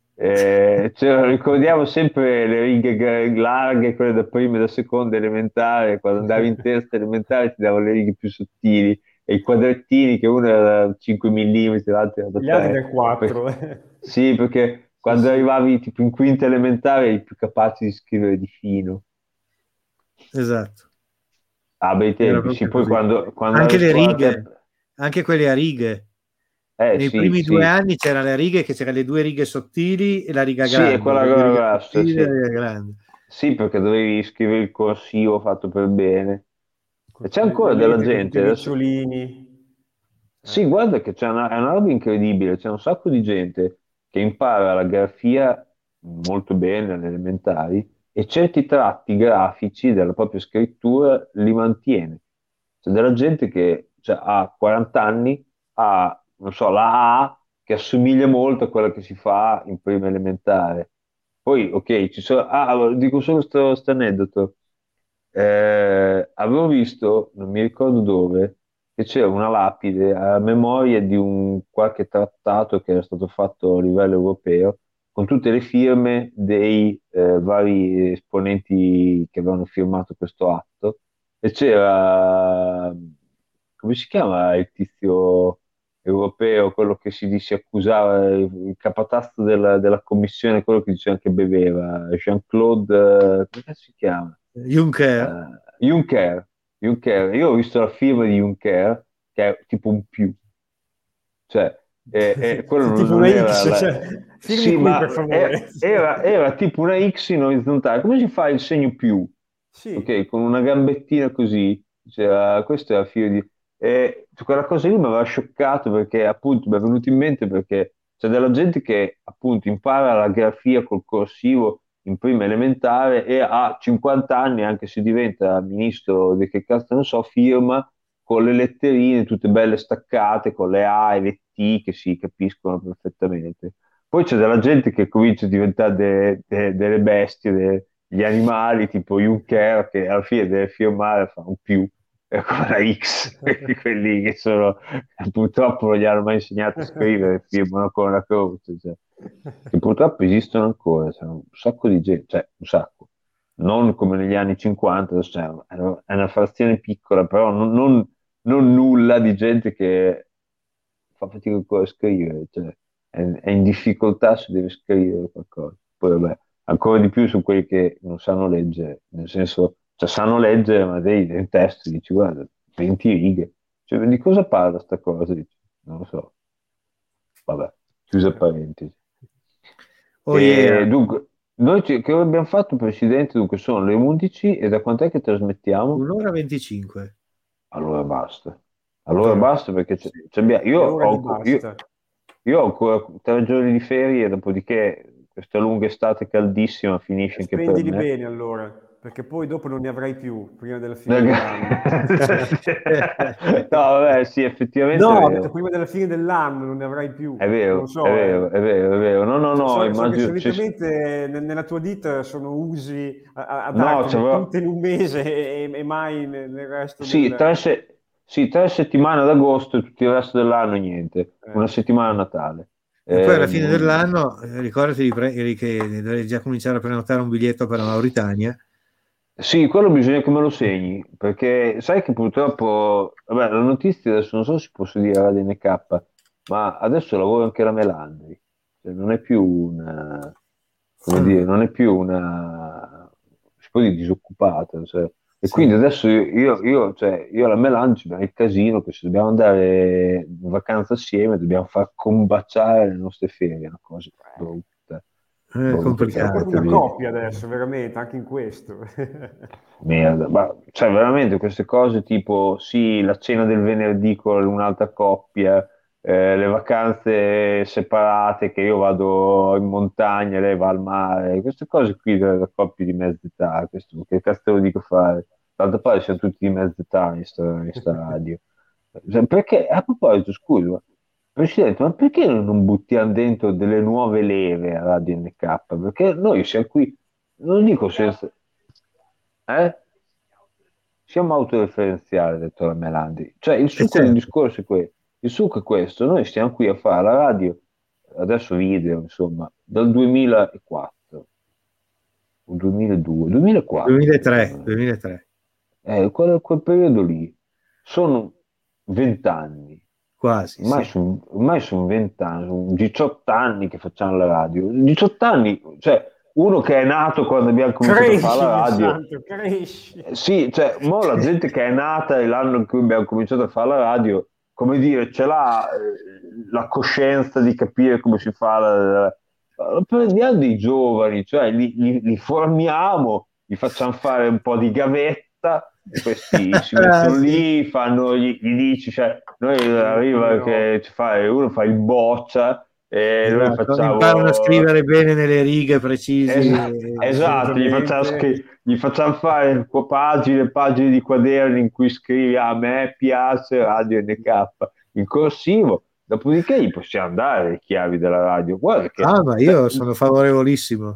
Ricordiamo sempre le righe larghe, quelle da prima e da seconda elementare, quando andavi in terza elementare ti davano le righe più sottili e i quadrettini che uno era da 5 mm, l'altro era da Gli altri 3. del 4. Sì, perché Sì, quando sì. arrivavi tipo in quinta elementare eri più capace di scrivere di fino. esatto, Ah, bei era tempi, sì, proprio poi così. quando Anche alle le scuole righe, anche quelle a righe. Nei sì, primi 2 anni sì, c'era le righe, che c'era le 2 righe sottili e la riga sì, è grande, quella le 2 righe grassa, sottili e la sì. riga grande. Sì, perché dovevi scrivere il corsivo fatto per bene. E c'è Le ancora della lettere con tutti gente, i adesso. ricciolini. Sì, guarda che è una roba incredibile, c'è un sacco di gente che impara la grafia molto bene alle elementari e certi tratti grafici della propria scrittura li mantiene. C'è della gente che cioè, ha 40 anni, ha, non so, la A che assomiglia molto a quella che si fa in prima elementare. Poi, ok, allora, dico solo questo aneddoto. Avevo visto, non mi ricordo dove, che c'era una lapide a memoria di un qualche trattato che era stato fatto a livello europeo, con tutte le firme dei vari esponenti che avevano firmato questo atto, e c'era, come si chiama il tizio europeo, quello che si accusava, il capatazzo della commissione, quello che diceva che beveva, Jean-Claude, come si chiama? Juncker, Juncker. Juncker. Io ho visto la firma di Juncker, che è tipo un più, cioè, quello Tipo non una era. X, cioè, firmi Sì, qui per ma favore. era tipo una X in orizzontale. Come si fa il segno più? Sì, Ok, con una gambettina così. Questa è la fine di. Quella cosa lì mi aveva scioccato perché appunto mi è venuto in mente perché c'è della gente che appunto impara la grafia col corsivo in prima elementare e a 50 anni, anche se diventa ministro di che cazzo ne so, firma con le letterine tutte belle staccate, con le A e le T che si capiscono perfettamente. Poi c'è della gente che comincia a diventare delle bestie, degli animali, tipo Juncker, che alla fine deve firmare, fa un più con la X, quelli che sono, purtroppo non gli hanno mai insegnato a scrivere, firmano con la croce, cioè, che purtroppo esistono ancora, c'è un sacco di gente, cioè un sacco, non come negli anni 50, cioè, è una frazione piccola, però non nulla di gente che fa fatica ancora a scrivere, cioè, è in difficoltà se deve scrivere qualcosa. Poi vabbè, ancora di più su quelli che non sanno leggere, nel senso, cioè sanno leggere, ma dei testi, dici, guarda, 20 righe. Cioè, di cosa parla sta cosa? Dici, non lo so. Vabbè, chiusa parentesi. Oh yeah. Dunque, noi che abbiamo fatto, Presidente, dunque sono le 11 e da quant'è che trasmettiamo? 1:25. Allora basta. Allora basta perché È ora di basta. io ho ancora 3 giorni di ferie, dopodiché questa lunga estate caldissima finisce anche per Spendili me. bene allora, perché poi dopo non ne avrai più prima della fine dell'anno. No, vabbè, sì, effettivamente No, è ho vero. detto prima della fine dell'anno non ne avrai più. È vero, Non lo so, è vero, è vero, è vero. No, So che immagino solitamente nella tua ditta sono usi a No, dartene c'avrò- tutte in un mese e mai nel resto Sì, del... 3 settimane ad agosto e tutto il resto dell'anno niente. Una settimana a Natale. E poi alla fine Non- dell'anno ricordati che devi già cominciare a prenotare un biglietto per la Mauritania. Sì, quello bisogna che me lo segni, perché sai che purtroppo, vabbè, la notizia adesso non so se posso dire a Radio NK, ma adesso lavora anche la Melandri, cioè non è più una, come dire, non è più una, si può dire disoccupata, cioè. E Sì. quindi adesso cioè, io e la Melandri abbiamo il casino che se dobbiamo andare in vacanza assieme dobbiamo far combaciare le nostre ferie, è una cosa brutta. È complicato. È proprio una coppia adesso, veramente, anche in questo. Merda, ma cioè veramente queste cose tipo sì, la cena del venerdì con un'altra coppia, le vacanze separate che io vado in montagna, lei va al mare, queste cose qui delle coppie di mezza età, questo, che cazzo te lo dico fare? D'altra parte siamo tutti di mezza età in sta radio. Cioè, perché, a proposito, scusa, Presidente, ma perché non buttiamo dentro delle nuove leve a Radio NK? Perché noi siamo qui, non dico senza... Siamo autoreferenziali, ha detto la Melandi. Cioè, il succo del certo. discorso è questo. Il succo è questo. Noi stiamo qui a fare la radio, adesso video, insomma, dal 2004, o 2002, 2004. 2003. Quel periodo lì. Sono 20 anni. Quasi, Ormai sono 20 anni, sono 18 anni che facciamo la radio. 18 anni, cioè uno che è nato quando abbiamo cominciato a fare la radio. Santo, cresci. Sì, cioè, mo la gente che è nata l'anno in cui abbiamo cominciato a fare la radio, come dire, ce l'ha la coscienza di capire come si fa. Prendiamo dei giovani, cioè li formiamo, gli facciamo fare un po' di gavetta, e questi si mettono lì, gli dici, cioè, noi arriva che uno fa il boccia e noi facciamo... imparano a scrivere bene nelle righe precisi. Esatto, gli facciamo fare pagine e pagine di quaderni in cui scrivi a me piace Radio NK in corsivo, dopodiché gli possiamo dare le chiavi della radio. Guarda che, ma io sono favorevolissimo.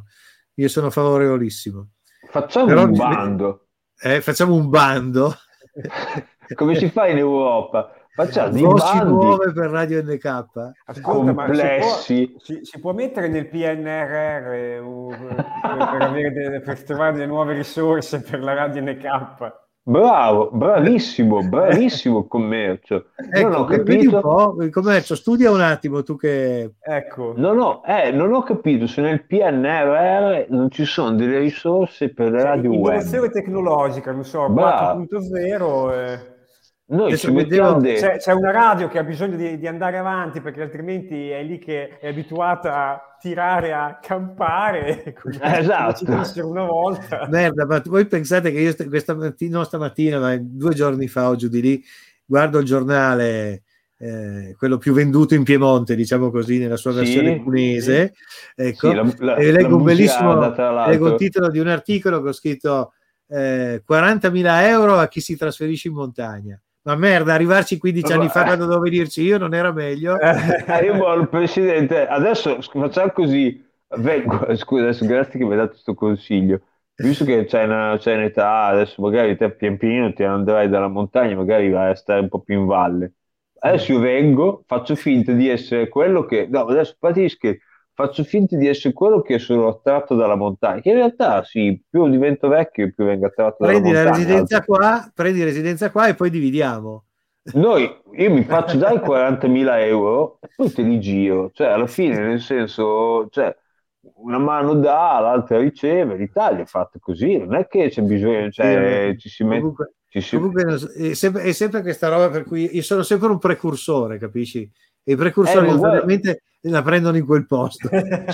Facciamo un bando. Facciamo un bando. Come si fa in Europa? Facciamo dei Voci bandi nuove per Radio NK. Ascolta, complessi. ma si può mettere nel PNRR per trovare delle nuove risorse per la Radio NK? Bravo, bravissimo commercio. Ecco, non ho vedi un capito. po', il commercio, studia un attimo tu che... Ecco. Non ho capito se nel PNRR non ci sono delle risorse per le radio innovazione web. tecnologica, non so, Bravo. 4.0. Noi ci mettiamo dentro. C'è una radio che ha bisogno di andare avanti perché altrimenti è lì che è abituata a tirare, a campare. Esatto. Ci dissero una volta. Merda, ma voi pensate che io stamattina, ma 2 giorni fa o giù di lì, guardo il giornale, quello più venduto in Piemonte, diciamo così, nella sua versione cunese, ecco, e leggo un bellissimo, leggo il titolo di un articolo che ho scritto 40.000 euro a chi si trasferisce in montagna. Ma merda, arrivarci 15 anni fa quando dovevo venirci io non era meglio? Io Presidente, adesso facciamo così, scusa, adesso grazie che mi hai dato questo consiglio, visto che c'è un'età, adesso magari te pian pianino ti andrai dalla montagna, magari vai a stare un po' più in valle. Adesso io vengo, faccio finta di essere quello che, no, adesso patisco, faccio finta di essere quello che sono attratto dalla montagna, che in realtà sì, più divento vecchio, più vengo attratto dalla Prendi la montagna. residenza qua e poi dividiamo. Io mi faccio dare 40.000 euro e poi te li giro, cioè alla fine, nel senso, cioè, una mano dà, l'altra riceve, l'Italia è fatta così, non è che c'è bisogno, Sì, cioè, ci si mette... Comunque è sempre questa roba per cui io sono sempre un precursore, capisci? E i precursori ovviamente la prendono in quel posto.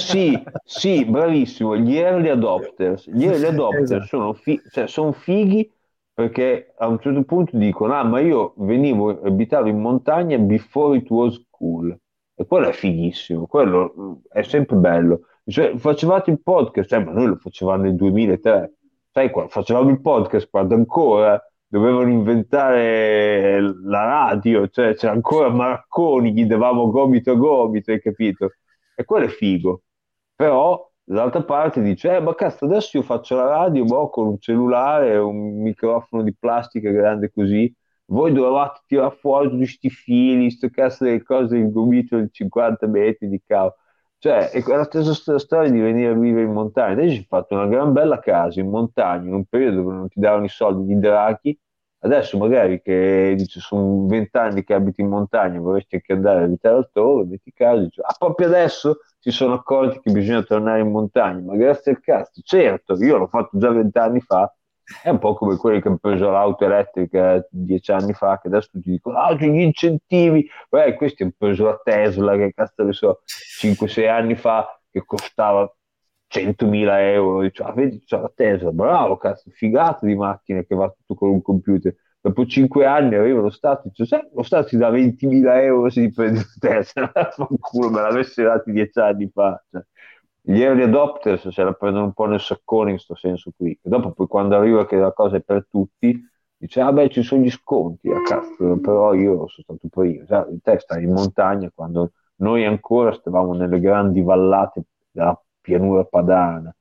Sì, bravissimo, gli early adopters Esatto. sono fighi perché a un certo punto dicono, ma io abitavo in montagna before it was cool, e quello è fighissimo, quello è sempre bello. Cioè, facevate il podcast, ma noi lo facevamo nel 2003, sai, facevamo il podcast quando ancora dovevano inventare la radio, cioè c'era ancora Marconi, gli davamo gomito a gomito, hai capito? E quello è figo. Però dall'altra parte dice, ma cazzo, adesso io faccio la radio con un cellulare, un microfono di plastica grande così, voi dovevate tirare fuori tutti questi fili, sto cazzo delle cose, il gomito di 50 metri di cavo. Cioè, è la stessa storia di venire a vivere in montagna. Adesso ci hai fatto una gran bella casa in montagna, in un periodo dove non ti davano i soldi di Draghi. Adesso magari che dice, sono 20 anni che abiti in montagna, vorresti anche andare a abitare altrove, metti caso, dice, proprio adesso si sono accorti che bisogna tornare in montagna, ma grazie al cazzo, certo, io l'ho fatto già 20 anni fa, è un po' come quelli che hanno preso l'auto elettrica 10 anni fa, che adesso ti dicono, c'è gli incentivi, beh, questi hanno preso la Tesla, che cazzo ne so, 5-6 anni fa, che costava 100.000 euro, dice, vedi, c'è la Tesla, bravo, cazzo, figata di macchina che va tutto con un computer. Dopo 5 anni arriva lo Stato, dice, sai, lo Stato ti dà 20.000 euro se ti prendi la Tesla, fanculo, me l'avessi dati 10 anni fa. Cioè, gli early adopters se la prendono un po' nel saccone in questo senso qui. E dopo poi quando arriva che la cosa è per tutti, dice, beh, ci sono gli sconti, cazzo, però io sono stato prima. Te stai in montagna quando noi ancora stavamo nelle grandi vallate della pianura padana,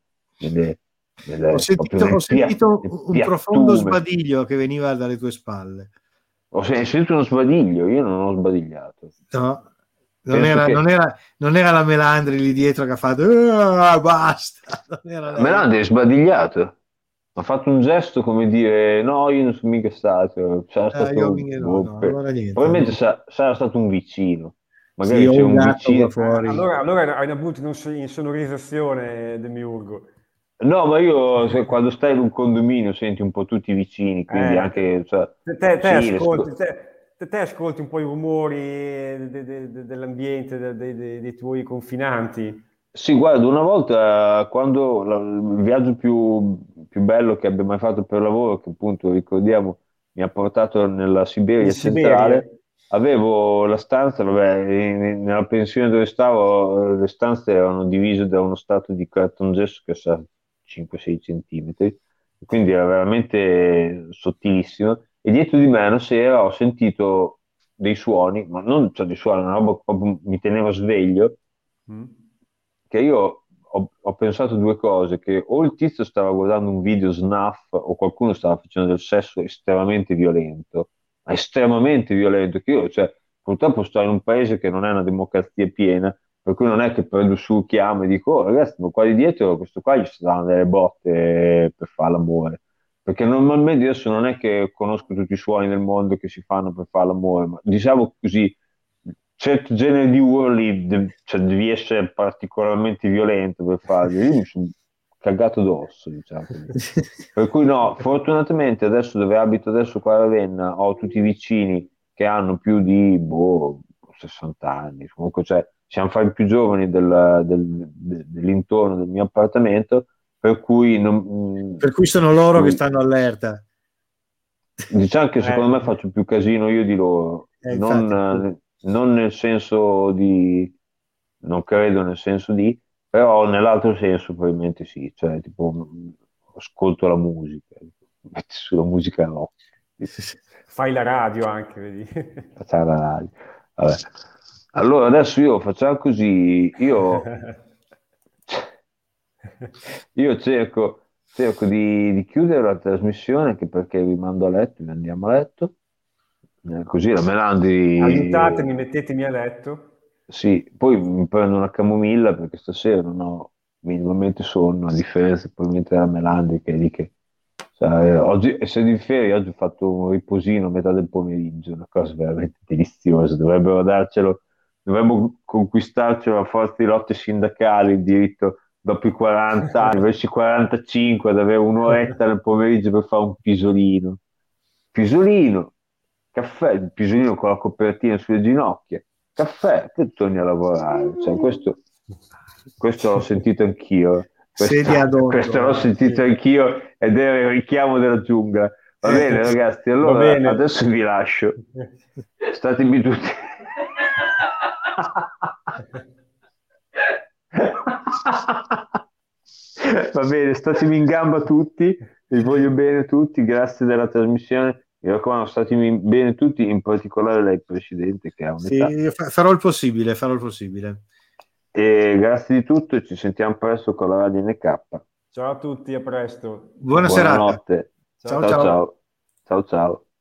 Ho sentito un profondo sbadiglio che veniva dalle tue spalle. Ho sentito uno sbadiglio, io non ho sbadigliato. No, non era la Melandri lì dietro che ha fatto basta. Melandri è sbadigliato. Ha fatto un gesto come dire no, io non sono mica stato. Probabilmente sarà stato un vicino. Magari c'è un vicino. Fuori. Allora hai avuto in sonorizzazione Demiurgo. No, ma io quando stai in un condominio senti un po' tutti i vicini, quindi anche... Cioè, te ascolti un po' i rumori dell'ambiente, dei tuoi confinanti. Sì, guarda, una volta quando il viaggio più bello che abbia mai fatto per lavoro, che appunto ricordiamo mi ha portato nella Siberia centrale, avevo la stanza, nella pensione dove stavo, le stanze erano divise da uno strato di cartongesso che sa 5-6 centimetri, quindi era veramente sottilissimo. E dietro di me, una sera, ho sentito dei suoni, ma non dei suoni, una roba proprio mi teneva sveglio, che io ho pensato due cose, che o il tizio stava guardando un video snuff o qualcuno stava facendo del sesso estremamente violento, che io, cioè, purtroppo sto in un paese che non è una democrazia piena, per cui non è che prendo su, chiamo e dico, ragazzi, ma qua di dietro questo qua gli sta dando delle botte per fare l'amore. Perché normalmente adesso non è che conosco tutti i suoni del mondo che si fanno per fare l'amore, ma diciamo così, certo genere di urli, devi essere particolarmente violento per farli. Io mi sono cagato d'osso, diciamo. Per cui no, fortunatamente adesso dove abito adesso qua a Ravenna ho tutti i vicini che hanno più di 60 anni, comunque cioè, siamo fra i più giovani dell'intorno del mio appartamento, per cui sono loro che stanno allerta. Diciamo che secondo me faccio più casino io di loro, non nel senso di, non credo nel senso di, però nell'altro senso probabilmente sì, cioè tipo ascolto la musica, metti sulla musica rock. Fai la radio anche, vedi? Facciamo la radio. Vabbè. Allora adesso facciamo così, io cerco di chiudere la trasmissione, anche perché vi mando a letto, vi andiamo a letto. Così la Melandri... Aiutatemi, mettetemi a letto. Sì, poi mi prendo una camomilla perché stasera non ho minimamente sonno, a differenza probabilmente della Melandri, che è lì che... Sai, oggi, essendo in ferie, oggi ho fatto un riposino a metà del pomeriggio, una cosa veramente deliziosa. Dovremmo conquistarcelo a forza di lotte sindacali, il diritto dopo i 40 anni, verso i 45, ad avere un'oretta nel pomeriggio per fare un pisolino. Pisolino, caffè, il pisolino con la copertina sulle ginocchia, caffè, poi torni a lavorare. Cioè, questo l'ho sentito anch'io. Questo l'ho sentito anch'io ed era il richiamo della giungla. Va bene, ragazzi, allora adesso vi lascio. Statemi tutti. Va bene, statemi in gamba tutti, vi voglio bene tutti, grazie della trasmissione. Mi raccomando, statemi bene tutti, in particolare lei, Presidente, che ha un'età. Sì, farò il possibile. E grazie di tutto e ci sentiamo presto con la Radio NK. Ciao a tutti, a presto. Buona serata. Buonanotte. Ciao.